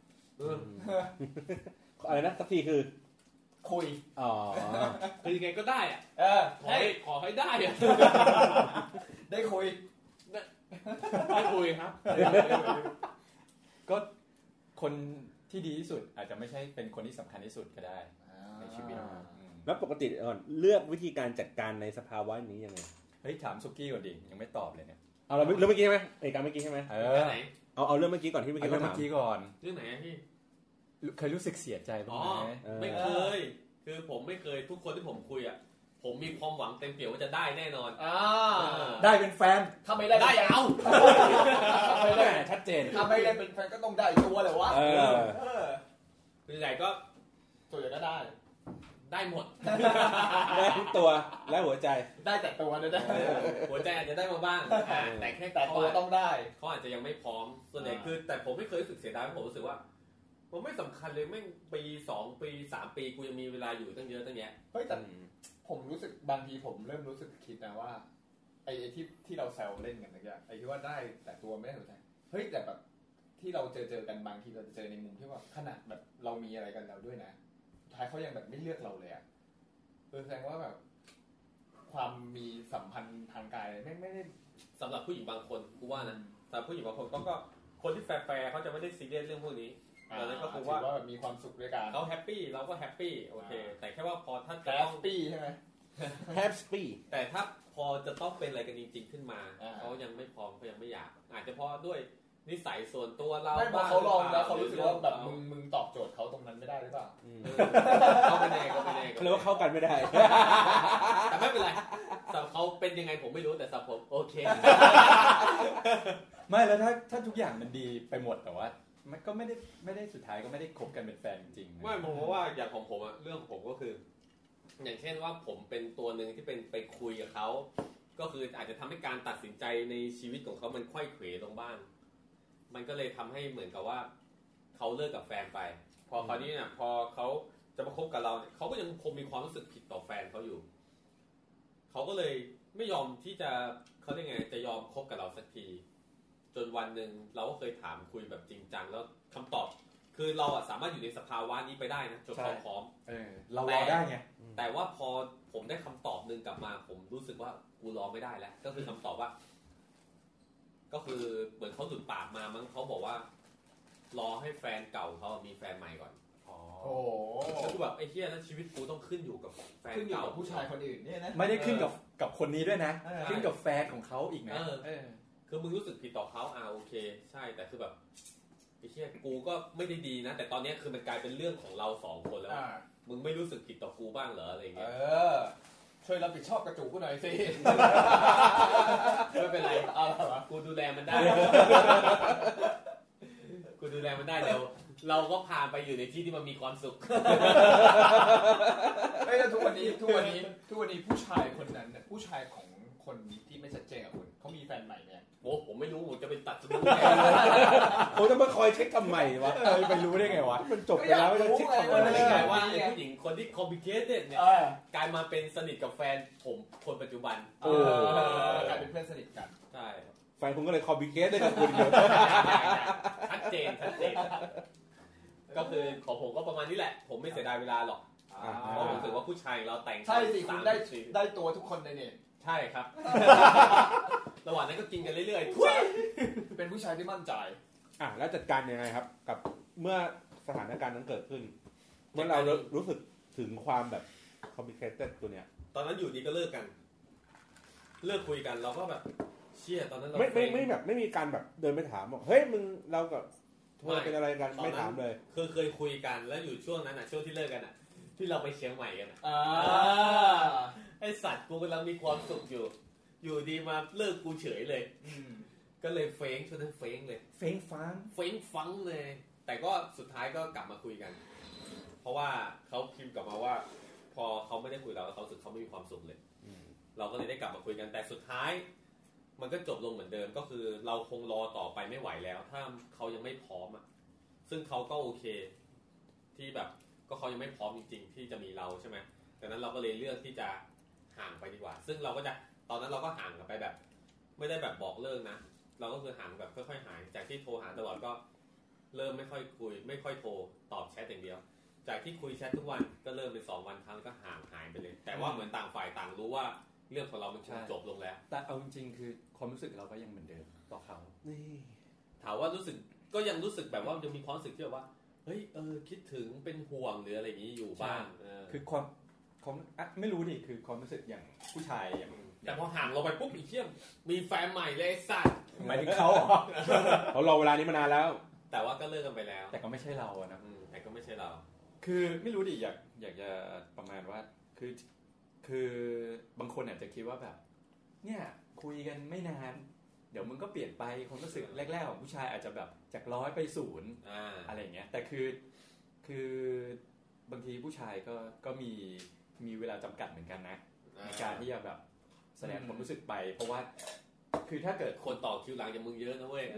อะไรนะสักทีคือ
คุย
คือยังไงก็ได้อ่ะขอให้ได้อ่ะ
ได้คุย
ได้คุยครับ
ก็คนที่ดีที่สุดอาจจะไม่ใช่เป็นคนที่สำคัญที่สุดก็ได้ในชีวิต
แล้วปกติก่อนเลือกวิธีการจัดการในสภาวะนี้ยังไง
เฮ้ยถามซุกี้ก่อนดิยังไม่ตอบเลยเนี่ย
เอาเรื่องเมื่อกี้ใช่ไหมการเมื่อกี้ใช่ไหม
ไหน
เอาเรื่องเมื่อกี้ก่อนที่เมื่อกี้
เรื่องเมื่อกี้ก่อน
เรื่องไหนพี่
เคยรู้สึกเสียใจบ้างไหม
ไม่เคยคือผมไม่เคยทุกคนที่ผมคุยอ่ะผมมีความหวังเต็มเปี่ยมว่าจะได้แน่นอน
ได้เป็นแฟน
ถ้าไม่ได้
เอา
ไม่ได้ชัดเจน
ถ้าไม่ได้เป็นแฟนก็ต้องได้ตัวเลยวะ
เป็นไหนก็
ตัวอย่างก็ได้
หมด
ได้ทุกตัวและหัวใจ
ได้แต่ตัวได้
หัวใจอาจจะได้มาบ้างแต่แค่
ตัวต้องได้
เขาอาจจะยังไม่พร้อมส่วนใหญ่คือแต่ผมไม่เคยรู้สึกเสียดายผมรู้สึกว่ามันไม่สำคัญเลยแม่งปี2ปี3ปีกูยังมีเวลาอยู่ตั้งเยอะตั้งแยะ
เฮ้ยแต่ผมรู้สึกบางทีผมเริ่มรู้สึกคิดนะว่าไอ้ที่เราแซวเล่นกันนะไอ้ที่ว่าได้แต่ตัวไม่ได้หัวใจเฮ้ยแต่แบบที่เราเจอกันบางทีเราจะเจอในมุมที่ว่าขนาดแบบเรามีอะไรกันแล้วด้วยนะท้ายเขายังแบบไม่เลือกเราเลยอ่ะแสดงว่าแบบความมีสัมพันธ์ทางกายไม่ได้
สำหรับผู้หญิงบางคนกูว่านะแต่ผู้หญิงบางคนก็คนที่แฟร์เขาจะไม่ได้ซีเรียสเรื่องพวกนี้แล้วก็คือว่า
แบบมีความสุขด้วยกัน
เขาแฮปปี้เราก็แฮปปี้โอเคแต่แค่ว่าพอถ้า
แฮปปี้ใช่ไหม
แฮปปี้
แต่ถ้าพอจะต้องเป็นอะไรกันจริงๆขึ้นมาเขายังไม่พร้อมเขายังไม่อยากอาจจะเพราะด้วยนิสัยส่วนตัวเรา
ไม่พอเขาลองแล้วเขารู้สึกว่าแบบมึงตอบโจทย์เขาตรงนั้นไม่ได้หรือเปล่า
เขาไม่แน่เขา
เรียกว่าเข้ากันไม่ได้
แต่ไม่เป็นไรสำหรับเขาเป็นยังไงผมไม่รู้แต่สำหรับผมโอเค
ไม่แล้วถ้าทุกอย่างมันดีไปหมดแต่ว่ามันก็ไม่ได้สุดท้ายก็ไม่ได้คบกันเป็นแฟนจริงๆ
ไม่ผมว่าอย่างของผมอะเรื่องของผมก็คืออย่างเช่นว่าผมเป็นตัวหนึ่งที่เป็นไปคุยกับเขาก็คืออาจจะทำให้การตัดสินใจในชีวิตของเขามันค่อยเขวลงบ้างมันก็เลยทำให้เหมือนกับว่าเขาเลิกกับแฟนไปพอคราวนี้เนี่ยพอเขาจะมาคบกับเราเนี่ยเขาก็ยังคงมีความรู้สึกผิดต่อแฟนเขาอยู่เขาก็เลยไม่ยอมที่จะเขาเรียกไงจะยอมคบกับเราสักทีจนวันหนึ่งเราก็เคยถามคุยแบบจริงจังแล้วคำตอบคือเราสามารถอยู่ในสภาวะนี้ไปได้นะจนพร้อม
เรารอได้ไง
แต่ว่าพอผมได้คำตอบนึงกลับมาผมรู้สึกว่ากูรอไม่ได้แล้วก็คือคำตอบว่าก็คือเหมือนเขาหลุดปากมามั้งเขาบอกว่ารอให้แฟนเก่าเขามีแฟนใหม่ก่อน
โอ้
ก็คือแบบไอ้เหี้ยแล้วชีวิตกูต้องขึ้นอยู่กับแฟนเก่า
ผู้ชายคนอื่นเนี่ยนะ
ไม่ได้ขึ้นกับคนนี้ด้วยนะขึ้นกับแฟนของเขาอีกนะ
คือมึงรู้สึกผิดต่อเขาโอเคใช่แต่คือแบบไอ้เหี้ยกูก็ไม่ได้ดีนะแต่ตอนนี้คือมันกลายเป็นเรื่องของเรา2คนแล้วมึงไม่รู้สึกผิดต่อกูบ้างเหรออะไรอย่างเงี้ย
ช่วยรับผิดชอบกระจูกูหน่อยสิ
ไม่เป็นไรกูดูแลมันได้กูดูแลมันได้เดี๋ยวเราก็พาไปอยู่ในที่ที่มันมีความสุข
แล้วทุกวันนี้ผู้ชายคนนั้นผู้ชายของคนที่ไม่ชัดเจนกับคุณเขามีแฟนใหม่ไหม
โอ้ผมไม่รู้ผมจะไปตัดสนุก
ผมจะมาคอยเช็คทำไมวะ
ไปรู้ได้ไงวะ
มันจบไปแล้วจะเช็คทำไม
ว่าไอ้ผู้หญิงคนที่ complicated เนี่ยกลายมาเป็นสนิทกับแฟนผมคนปัจจุบัน
กลายเป็นเพื่อนสนิทกัน
ใช่
แฟนคุณก็เลย complicated ได้กับคุณเยอะ
ชัดเจนก็คือของผมก็ประมาณนี้แหละผมไม่เสียดายเวลาหรอกเพราะผมรู้สึกว่าผู้ชายเราแต่ง
ใช่สิคุณได้ตัวทุกคนเลยเนี่ย
ใช่ครับระหว่างนั้นก็กินกันเรื่อย
ๆเป็นผู้ชายที่มั่นใจ
แล้วจัดการยังไงครับกับเมื่อสถานการณ์นั้นเกิดขึ้นเมื่อเรารู้สึกถึงความแบบ complicated ตัวเนี้ย
ตอนนั้นอยู่ดีก็เลิกกันเลิกคุยกันเราก็แบบเชี่ยตอนนั้นเรา
ไม่แบบไม่มีการแบบเดินไปถามบอกเฮ้ยมึงเรากับเธอเป็นอะไรกันไม่ถามเลย
เคยคุยกันแล้วอยู่ช่วงนั้นช่วงที่เลิกกันที่เราไปเชียงใหม่กันไอสัตว์กูกำลังมีความสุขอยู่ดีมาเลิกกูเฉยเลยก็เลยเฟ้งช่วงนั้นเฟ้งเลย
เฟ้ง
ฟังเลยแต่ก็สุดท้ายก็กลับมาคุยกันเพราะว่าเขาพิมพ์กลับมาว่าพอเขาไม่ได้คุยเราเขาสึกเขาไม่มีความสุขเลยเราก็เลยได้กลับมาคุยกันแต่สุดท้ายมันก็จบลงเหมือนเดิมก็คือเราคงรอต่อไปไม่ไหวแล้วถ้าเขายังไม่พร้อมซึ่งเขาก็โอเคที่แบบก็เขายังไม่พร้อมจริงๆที่จะมีเราใช่ไหมดังนั้นเราก็เลยเลือกที่จะห่างไปดีกว่าซึ่งเราก็จะตอนนั้นเราก็ห่างกันไปแบบไม่ได้แบบบอกเลิกนะเราก็คือห่างแบบค่อยๆหายจากที่โทรหาตลอดก็เริ่มไม่ค่อยคุยไม่ค่อยโทรตอบแชทอย่างเดียวจากที่คุยแชททุกวันก็เริ่มเป็น2 วันครั้งก็ห่างหายไปเลยแต่ว่าเหมือนต่างฝ่ายต่างรู้ว่าเรื่องของเรามันจบลงแล้ว
แต่เอาจริงๆคือความรู้สึกเราก็ยังเหมือนเดิมต่อเขา
ถามว่ารู้สึกก็ยังรู้สึกแบบว่าจะมีความรู้สึกที่แบบว่าเฮ้ยคิดถึงเป็นห่วงหรืออะไรอย่างนี้อยู่บ้าง
คือความไม่รู้ดิคือความรู้สึกอย่างผู้ชายอย่าง
แต่พอห่างเราไปปุ๊บอีกเที่ยมมีแฟนใหม่เลยไอ้สัตว์
หมายถึงเขา
เขารอเวลานี้มานานแล้ว
แต่ว่าก็เลิกกันไปแล้ว
แต่ก็ไม่ใช่เราอะนะ
แต่ก็ไม่ใช่เรา
คือไม่รู้ดิอยากจะประมาณว่าคือบางคนอาจจะคิดว่าแบบเนี่ยคุยกันไม่นานเดี๋ยวมึงก็เปลี่ยนไปความรู้สึกแรกๆของผู้ชายอาจจะแบบจาก100ไป0อะไรอย่างเงี้ยแต่คือบางทีผู้ชายก็มีเวลาจำกัดเหมือนกันนะในการที่จะแบบแสดงความรู้สึกไปเพราะว่าคือถ้าเกิด
คนต่อคิวหลังจากมึงเยอะนะเว้ย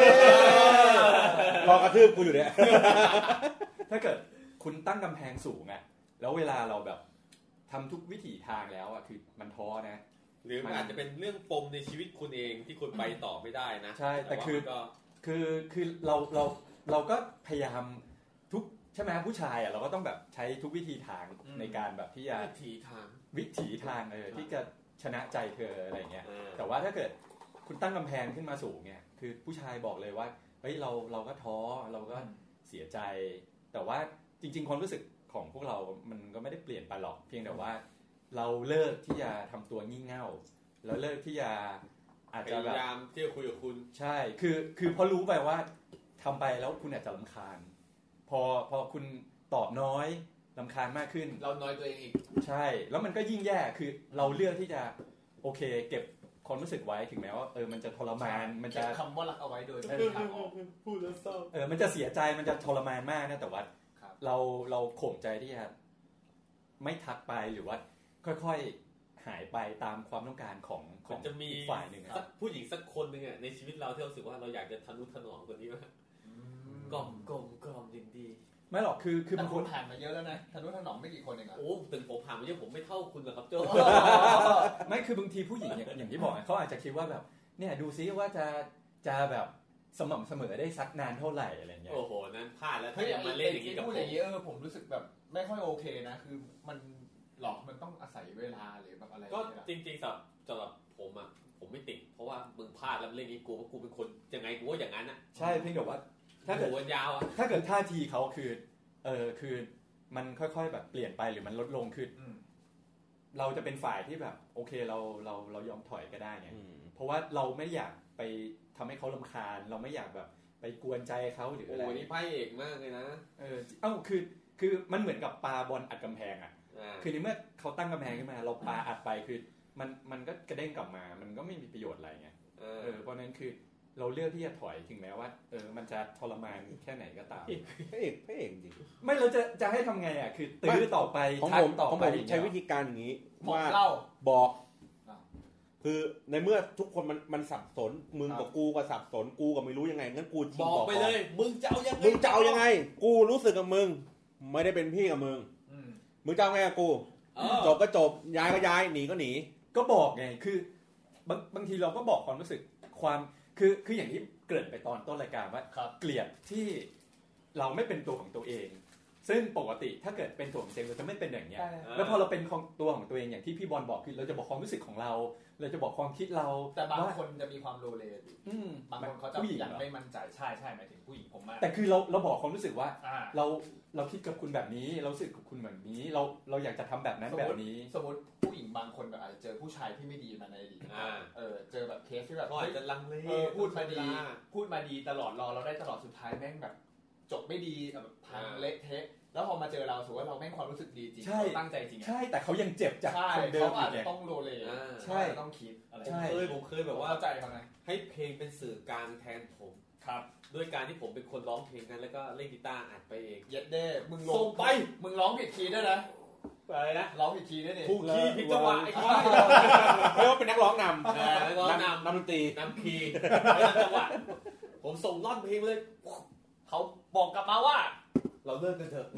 รอกระทืบกูอยู่เนี่ย
ถ้าเกิดคุณตั้งกำแพงสูงอ่ะแล้วเวลาเราแบบทำทุกวิถีทางแล้วอ่ะคือมันท้อนะ
หรือมันอาจจะเป็นเรื่องปมในชีวิตคุณเองที่คุณไปต่อไม่ได้นะ
ใช่แต่คือเราก็พยายามทุกใช่ไหมผู้ชายอ่ะเราก็ต้องแบบใช้ทุกวิธีทางในการแบบที่จะวิถีทางที่จะชนะใจเธออะไรเงี้ยแต่ว่าถ้าเกิดคุณตั้งกำแพงขึ้นมาสูงเนี่ยคือผู้ชายบอกเลยว่าเฮ้ยเราก็ท้อเราก็เสียใจแต่ว่าจริงๆความรู้สึกของพวกเรามันก็ไม่ได้เปลี่ยนไปหรอกเพียงแต่ว่าเราเลิกที่จะทำตัวงี่เง่าแล้วเลิกที่จะอาจจะแบบ
พยายามที่จะคุยกับคุณ
ใช่คือพอรู้ไปว่าทำไปแล้วคุณอาจจะรำคาญพอคุณตอบน้อยรำคาญมากขึ้น
เราน้อยตัวเองอีก
ใช่แล้วมันก็ยิ่งแย่คือเราเลือกที่จะโอเคเก็บความรู้สึกไว้ถึงแม้ว่ามันจะทรมานมันจะ
คำว่ารักเอาไว้โดย
ไม่ทางออกพูดแล้วเศร้ามันจะเสียใจมันจะทรมานมากนะแต่ว่าเราข่มใจที่จะไม่ทักไปหรือว่าค่อยๆหายไปตามความต้องการของอีกฝ่ายหนึ่ง
ผู้หญิงสักคนหนึ่งในชีวิตเราที่เรารู้สึกว่าเราอยากจะทะนุถนอมคนนี้มากกล่อมดี
ไม่หรอกคือบางคน
ผ่านมาเยอะแล้วนะทะนุถนอมไม่กี่คนเอง
โอ้ถึงผมผ่านมาเยอะผมไม่เท่าคุณหรอกครับโจ้
ไม่คือบางทีผู้หญิงอย่างที่บอกเขาอาจจะคิดว่าแบบเนี่ยดูซิว่าจะแบบสม่ำเสมอได้สักนานเท่าไหร่อะไรเงี้ย
โอ้โหนั้นพลาดแล้วถ้ายังมาเล่นอย่างนี้กับ
ผมผมรู้สึกแบบไม่ค่อยโอเคนะคือมันหลอกมันต้องอาศัยเวลาหรือแบบอะไร
ก็จริงๆสำหรับผมอ่ะผมไม่ติดเพราะว่ามึงพลาดแล้วเล่นนี้กูว่ากูเป็นคนยังไงกูว่าอย่างนั้นอ่ะ
ใช่เพียงแต่ว่าถ้าเกิด
ยาวอ่ะ
ถ้าเกิดท่าทีเขาคือมันค่อยๆแบบเปลี่ยนไปหรือมันลดลงคือเราจะเป็นฝ่ายที่แบบโอเคเรายอมถอยก็ได้ไงเพราะว่าเราไม่อยากไปทำให้เขารำคาญเราไม่อยากแบบไปกวนใจเขาหรืออะไร
โอ้นี่ไพ่เอกมากเลยนะ
คือมันเหมือนกับปาบอลอัดกำแพงอ่ะคือในเมื่อเขาตั้งกำแพงขึ้นมาเราปาอัดไปคือมันก็กระเด้งกลับมามันก็ไม่มีประโยชน์อะไรไงเพราะนั้นคือเราเลือกที่จะถอยถึงแม้ว่ามันจะทรมานแค่ไหนก็ตาม
พระเอกจริง
ไม่เราจะให้ทำไงอ่ะคือตื้อต่อไป
ของผมใช้วิธีการอย่างนี้ว่าบอกคือในเมื่อทุกคนมันสับสนมึงกับกูก็สับสนกูก็ไม่รู้ยังไงงั้นกู
บอกไปเลยมึงจะเอา
ยังไงกูรู้สึกกับมึงไม่ได้เป็นพี่กับมึงจะเอาไงกับกูจบก็จบย้ายก็ย้ายหนีก็หนี
ก็บอกไงคือบางทีเราก็บอกความรู้สึกความคืออย่างที่เกริ่นไปตอนต้นรายการว่าเกลียดที่เราไม่เป็นตัวของตัวเองซึ่งปกติถ้าเกิดเป็นตัวของตัวเองเราจะไม่เป็นอย่างเงี้ยแล้วพอเราเป็นตัวของตัวเองอย่างที่พี่บอลบอกคือเราจะบอกความรู้สึกของเราจะบอกความคิดเรา
แต่บางคนจะมีความโลเลบางคนเขาจะยังไม่มั่นใจใช่หมายถึงผู้หญิงผมมาก
แต่คือเราบอกความรู้สึกว่าเราคิดกับคุณแบบนี้เรารู้สึกกับคุณแบบนี้เราอยากจะทำแบบนั้นแบบนี้
สมมติผู้หญิงบางคนแบบอาจจะเจอผู้ชายที่ไม่ดีมาในอดีตเจอแบบเคสที่แบบ
อาจจะลังเล
พูดมาดีตลอดเราได้ตลอดสุดท้ายแม่งแบบจบไม่ดีแบบพังเละเทะแล้วพอมาเจอเราถือว่าเราแม่งความรู้สึกดีจริงเราตั้งใจจริง
ใช่แต่เขายังเจ็บจาก
คนเดิมเขาอาจจะต้องโลเล
ใช่
ต้องคิดอะไร
ผมเคยแบบว่า
ใจเขาไง
ให้เพลงเป็นสื่อกลางแทนผม
ครับ
ด้วยการที่ผมเป็นคนร้องเพลงนั้นแล้วก็เล่นกีตาร์อัดไปเอง
เย็ดเด้มึง
ส่งไป
มึงร้องผิดคีย์ด้วยนะอะไรนะร้องผิดคีย์ด้วยนี่
ถูกคีย์ผิดจังหวะไอ้ควาย
เรียกว่าเป็นนักร้องน
ำ
ดนตรี
นำคีย์ไม่นำจังหวะผมส่งร่อนเพลงเลย
เขาบอกกลับมาว่า
เราเลิกกันเถอะ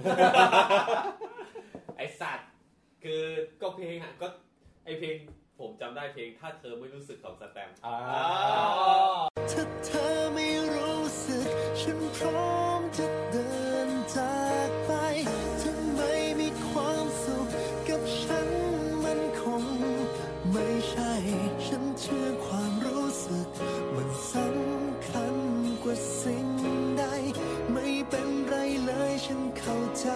ไอสัตว์คือก็เพลงอ่ะก็ไอเพลงผมจำได้เพลงถ้าเธอไม่รู้สึกของสแตมป์
ถ้าเธอไม่รู้สึกฉันพร้อมจะเดินจากไปถ้าไม่มีความสุขกับฉันมันคงไม่ใช่ฉันเชื่อความรู้สึกมันสำคัญกว่าสิ่งใดไม่เป็นไรเลยฉันเข้าใจ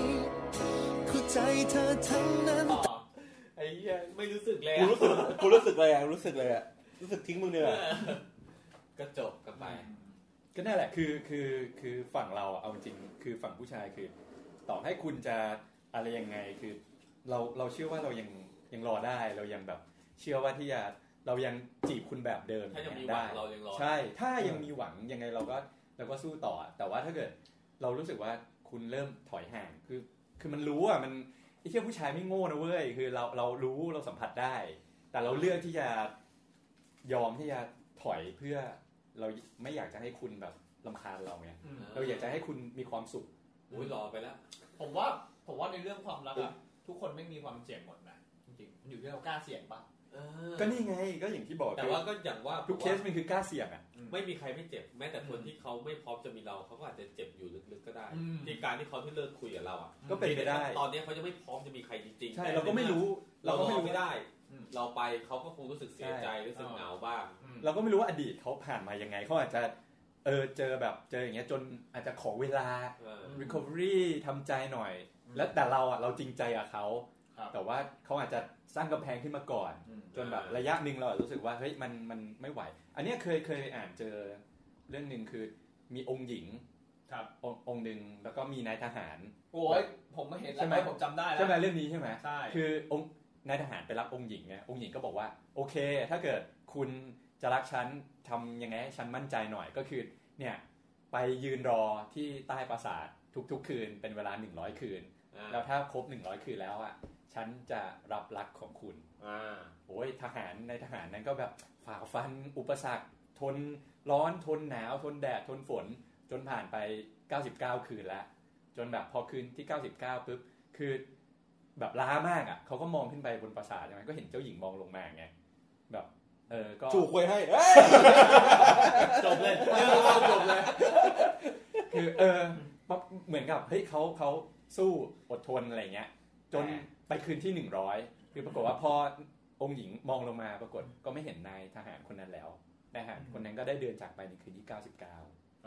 เธอทั้งนั้น
ไอ้เหี้ยไม่รู้สึกเลย
กูรู้สึกเลยอ่ะรู้สึกทิ้งมึงเนี่ย
ก็จบกันไป
ก็นั่นแหละคือฝั่งเราเอาจริงคือฝั่งผู้ชายคือต่อให้คุณจะอะไรยังไงคือเราเชื่อว่าเรายังรอได้เรายังแบบเชื่อว่าที่จะเรายังจีบคุณแบบเดิม
ถ้ายังมีหวังเรายังรอ
ใช่ถ้ายังมีหวังยังไงเราก็สู้ต่อแต่ว่าถ้าเกิดเรารู้สึกว่าคุณเริ่มถอยห่างคือมันรู้อ่ะมันไอ้เชี่ยผู้ชายไม่โง่นะเว้ยคือเรารู้เราสัมผัสได้แต่เราเลือกที่จะยอมที่จะถอยเพื่อเราไม่อยากจะให้คุณแบบรำคาญเราไงเราอยากจะให้คุณมีความสุข
อุ้ยรอไปแล้ว
ผมว่าในเรื่องความรักอะทุกคนไม่มีความเสี่ยงหมดนะจริงๆมันอยู่ที่เรากล้าเสี่ยงปะ
ก็นี่ไงก็อย่างที่บอก
แต่ว่าก็อย่างว่า
ทุกเคสมันคือกล้าเสี่ยงอ่ะ
ไม่มีใครไม่เจ็บแม้แต่คนที่เขาไม่พร้อมจะมีเราเขาก็อาจจะเจ็บอยู่ลึกๆก็ได้ที่การที่เขาที่เลิกคุยกับเราอ่ะ
ก็เป็นไปได้
ตอนนี้เขาจะไม่พร้อมจะมีใครจริงๆ
ใช่เราก็ไม่รู้
เราก็ไม่ได้เราไปเขาก็คงรู้สึกเสียใจรู้สึกเหงาบ้าง
เราก็ไม่รู้ว่าอดีตเขาผ่านมายังไงเขาอาจจะเจออย่างเงี้ยจนอาจจะขอเวลา recovery ทำใจหน่อยแล้วแต่เราจริงใจกับเขาแต่ว่าเขาอาจจะสร้างกำแพงขึ้นมาก่อนจนแบบระยะหนึ่งเรารู้สึกว่าเฮ้ยมันไม่ไหวอันนี้เคยอ่านเจอเรื่องนึงคือมีองค์หญิง
ครับ
องค์นึงแล้วก็มีนายทหาร
โอ้ยผมไม่เห็นแล้วผมจำได้แล้ว
ใช่ไหมเรื่องนี้ใช่ไหม
ใช่
คือองค์นายทหารไปรับองค์หญิงไงองค์หญิงก็บอกว่าโอเคถ้าเกิดคุณจะรักฉันทำยังไงให้ฉันมั่นใจหน่อยก็คือเนี่ยไปยืนรอที่ใต้ปราสาททุกคืนเป็นเวลา100คืนแล้วถ้าครบ100คืนแล้วอ่ะฉันจะรับรักของคุณโอ้ยทหารในทหารนั้นก็แบบฝ่าฟันอุปสรรคทนร้อนทนหนาวทนแดดทนฝนจนผ่านไป99คืนแล้วจนแบบพอคืนที่99ปุ๊บคือแบบล้ามากอ่ะเขาก็มองขึ้นไปบนปราสาทใช่ไหมก็เห็นเจ้าหญิงมองลงมาไงแบบก็
จูบคุยให้
จบเลยเรื่องเราจบเลย
คือเหมือนกับเฮ้ยเขาสู้อดทนอะไรเงี้ยจนไปคืนที่100คือปรากฏว่าพอองค์หญิงมองลงมาปรากฏก็ไม่เห็นนายทหารคนนั้นแล้วนายทหารคนนั้นก็ได้เดินจากไปในคืนที่99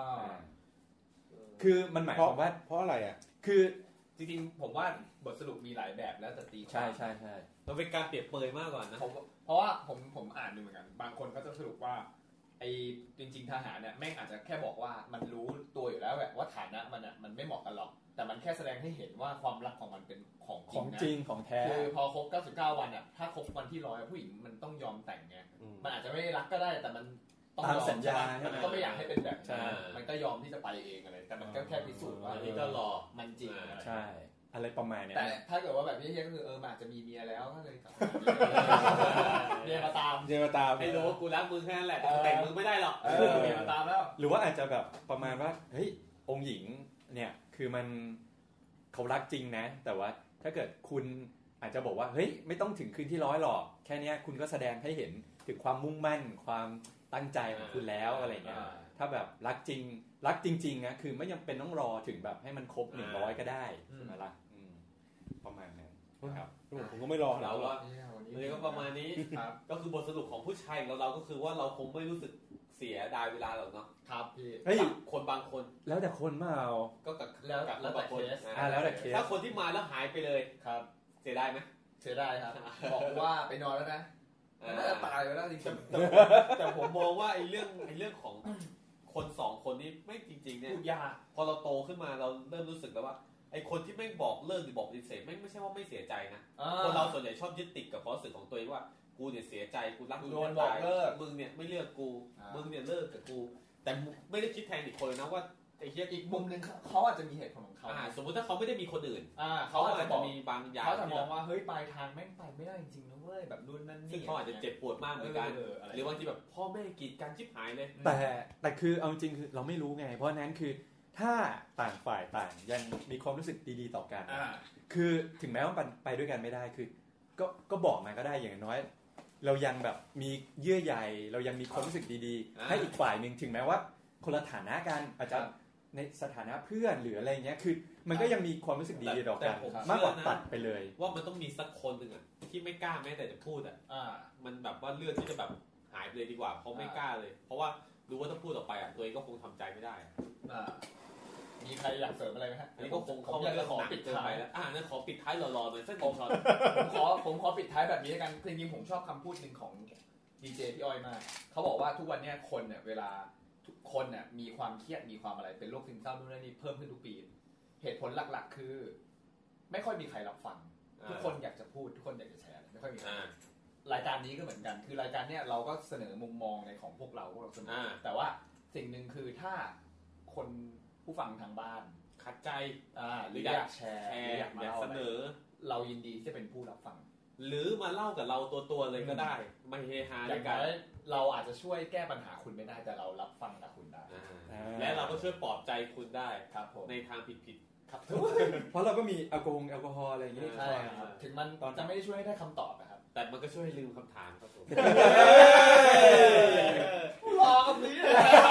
คือมันหมายความว่า
เพราะอะไรอ่ะ
คือ
จริงๆผมว่าบทสรุปมีหลายแบบแล้วแต่ตี
ใช่
มันเป็นการเปรียบเปรยมากกว่านะ
เพราะว่าผมอ่านดูเหมือนกันบางคนก็จะสรุปว่าไอ้จริงๆทหารเนี่ยแม่งอาจจะแค่บอกว่ามันรู้ตัวอยู่แล้วแบบว่าฐานะมันไม่เหมาะกันหรอกแต่มันแค่แสดงให้เห็นว่าความรักของมันเป็นของ
จริงของแท้
คือพอครบ99วันอ่ะถ้าครบวันที่100ผู้หญิงมันต้องยอมแต่งไงมันอาจจะไม่ได้รักก็ได้แต่มันต้อง
ยอมสัญญา
มันก็ไม่อยากให้เป็นแบบนั้นมันก็ยอมที่จะไปเองอะไรแต่มันก็แค่พิสูจน์ว่า
อันนี้ก็รอ
มันจริง
ใช่อะไรประมาณนี้
แต่ถ้าเกิดว่าแบบนี้ก็คือมันอาจจะมีเมียแล้วก็เลยเมียมาตาม
ให้รู้ว่ากูรักมึงแค่นั้นแหละแต่งมึงไม่ได้หรอก
เมียมาตามแล้ว
หรือว่าอาจจะแบบประมาณว่าเฮ้ยองค์หญิงเนี่ยคือมันเขารักจริงนะแต่ว่าถ้าเกิดคุณอาจจะบอกว่าเฮ้ยไม่ต้องถึงคืนที่100หรอกแค่นี้คุณก็แสดงให้เห็นถึงความมุ่งมั่นความตั้งใจของคุณแล้วอะไรเงี้ยถ้าแบบรักจริงๆนะคือไม่ยังเป็นต้องรอถึงแบบให้มันครบ100ก็ได้ใช่ไหมล่ะประมาณนั้นครับ
ผมก็ไม่รอ
เราว่านี่ก็ประมาณนี้ก็คือบทสรุปของผู้ชายเราก็คือว่าเราคงไม่รู้สึกเสียดายเวลาหรอกเนาะ
ครับพี่
คนบางคน
แล้วแต่คนมาเอา
ก็แล้วแต่เคส
แล้วแต่เคส
ถ้าคนที่มาแล้วหายไปเลย
ครับ
เสียดายไหม
เสียดายครับบอกว่าไปนอนแล้วนะน่าจะตายไปแล้วจริง
ๆแต่ผมมองว่าไอ้เรื่องของคน2คนนี้ไม่จริงๆเนี่ยพอเราโตขึ้นมาเราเริ่มรู้สึกแล้วว่าไอ้คนที่ไม่บอกเลิกหรือบอกปฏิเสธไม่ใช่ว่าไม่เสียใจนะคนเราส่วนใหญ่ชอบยึดติดกับความรู้สึกของตัวเองว่ากูเนี่ยเสียใจกูรักมึงไม่ได้มึงเนี่ยไม่เลือกกูมึงเนี่ยเลิกกับกูแต่ไม่ได้คิดแทนอีกคนเลยนะว่าไอ้เหี้ย
อีกมุมนึงเขาอาจจะมีเหตุผลของเขา
สมมติถ้าเขาไม่ได้มีคนอื่น
เขาอาจจะ
มีบางอย่าง
เขาจะมองว่าเฮ้ยปลายทางแม่งไปไม่ได้จริงๆนะเว้ยแบบรุ่นนั้นนี่
ซึ่งเขาอาจจะเจ็บปวดมากเหมือนกันหรือว่าที่แบบพ่อแม่กีดกันชิบหายเลย
แต่คือเอาจริงคือเราไม่รู้ไงเพราะนั้นคือถ้าต่างฝ่ายต่างยังมีความรู้สึกดีๆต่อกันคือถึงแม้ว่าไปด้วยกันไม่ได้คือก็บอกมาก็ได้อย่างน้อยเรายังแบบมีเยื่อใยเรายังมีความรู้สึกดีๆให้อีกฝ่ายนึงถึงแม้ว่าคนละฐานะกันอาจจะในสถานะเพื่อนหรืออะไรเงี้ยคือมันก็ยังมีความรู้สึกดีๆต่อกันมากกว่าตัดไปเลย
ว่ามันต้องมีสักคนนึงอ่ะที่ไม่กล้าแม้แต่จะพูดอ่ะมันแบบว่าเลือกที่จะแบบหายไปเลยดีกว่าเพราะไม่กล้าเลยเพราะว่ารู้ว่าถ้าพูดออกไปอ่ะตัวเองก็คงทำใจไม่ได้
มีใครอยากเสริมอะไรไหมฮะ
อันนี้ก็คงเขาจะขอปิดท้ายแล้วนั่นขอปิดท้ายหล่อๆหน่อยสักหนึ่งช็อต
ผมขอปิดท้ายแบบนี้กันจริงๆผมชอบคำพูดหนึ่งของดีเจพี่อ้อยมากเขาบอกว่าทุกวันนี้คนเนี่ยเวลาทุกคนเนี่ยมีความเครียดมีความอะไรเป็นโรคซึมเศร้านู่นนี่เพิ่มขึ้นทุกปีเหตุผลหลักๆคือไม่ค่อยมีใครรับฟังทุกคนอยากจะพูดทุกคนอยากจะแชร์ไม่ค่อยมีรายการนี้ก็เหมือนกันคือรายการเนี้ยเราก็เสนอมุมมองในของพวกเราเสนอแต่ว่าสิ่งหนึ่งคือถ้าคนผู้ฟังทางบ้าน
ขัดใจ
หรืออยากแชร์หรืออยากมาเสนอเรายินดีที่จะเป็นผู้รับฟัง
หรือมาเล่ากับเราตัวเลยก็ได้มาเฮฮาด้วยกัน
เราอาจจะช่วยแก้ปัญหาคุณไม่ได้แต่เรารับฟังกับคุณได้
และเราก็ช่วยปลอบใจคุณได้
ครับผม
ในทางผิด
ครับ
เพราะเราก็มีแอลกอฮอล์อะไรอย่างนี้
ใช่ครับถึงมันจะไม่ได้ช่วยให้ได้คำตอบนะครับ
แต่มันก็ช่วยให้ลืมคำถามครับผม
รอคำนี้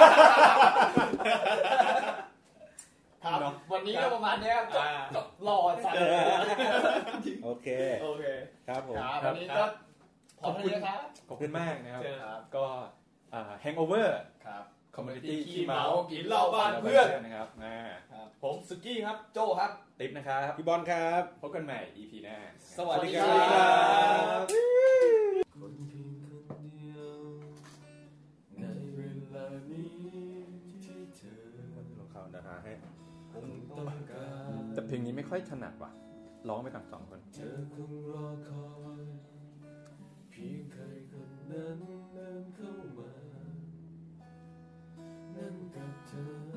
ครับวันนี้ก็ประมาณนี้จบรอสั่ง
โอเคครับผม
วันนี้ก็ขอบ
คุณมากนะครับก็Hangover
ครับ
คอมมูนิตี้ขี้เมา
กินเหล้าบ้านเพื่อน
นะครับ
ผมสุกี้ครับ
โจ้ครับ
ติ๊บนะครับ
พี่บอลครับ
พบกันใหม่ EP หน้า
สวัสดีครับ
คนเพียงคนเดียวในเวลานี้ที่เธอ
ลองเข้าดาราให้
คงต้องการ
แต่เพลงนี้ไม่ค่อยถนัดว่ะร้องไปก่อน2 คน
เธอคงรอคอยเพียงใครคนนั้นเดินเข้ามานั่นกับเธ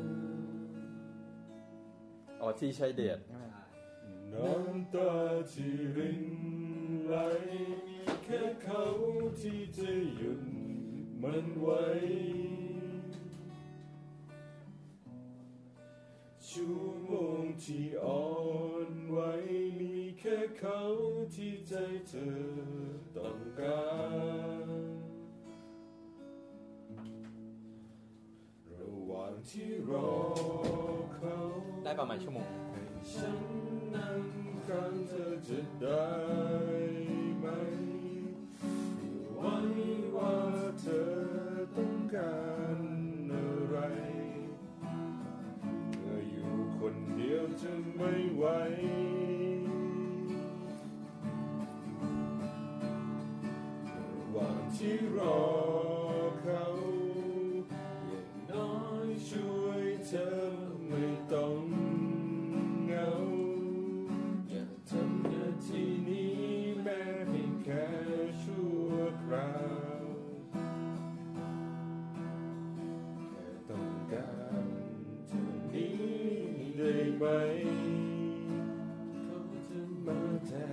อที่ใช้เดช
น้ำตาที่รินไหลมีแค่เขาที่จะหยุดมันไว้ชั่วโมงที่อ่อนไหวมีแค่เขาที่ใจเธอต้องการระหว่างที่รอเขา
ได้ประมาณชั่วโมง
ฉันนั่งฟังเธอจะได้ไหมไว้ว่าเธอต้องการอะไรเมื่ออยู่คนเดียวจะไม่ไหวระหว่างที่รอเขาอย่างน้อยช่วยเธอไม่ต้องเหงาอย่าทำหน้าที่นี้แม้เพียงแค่ชั่วคราวแค่ต้องการเธอนี้ได้ไหมเขาจะมาแทน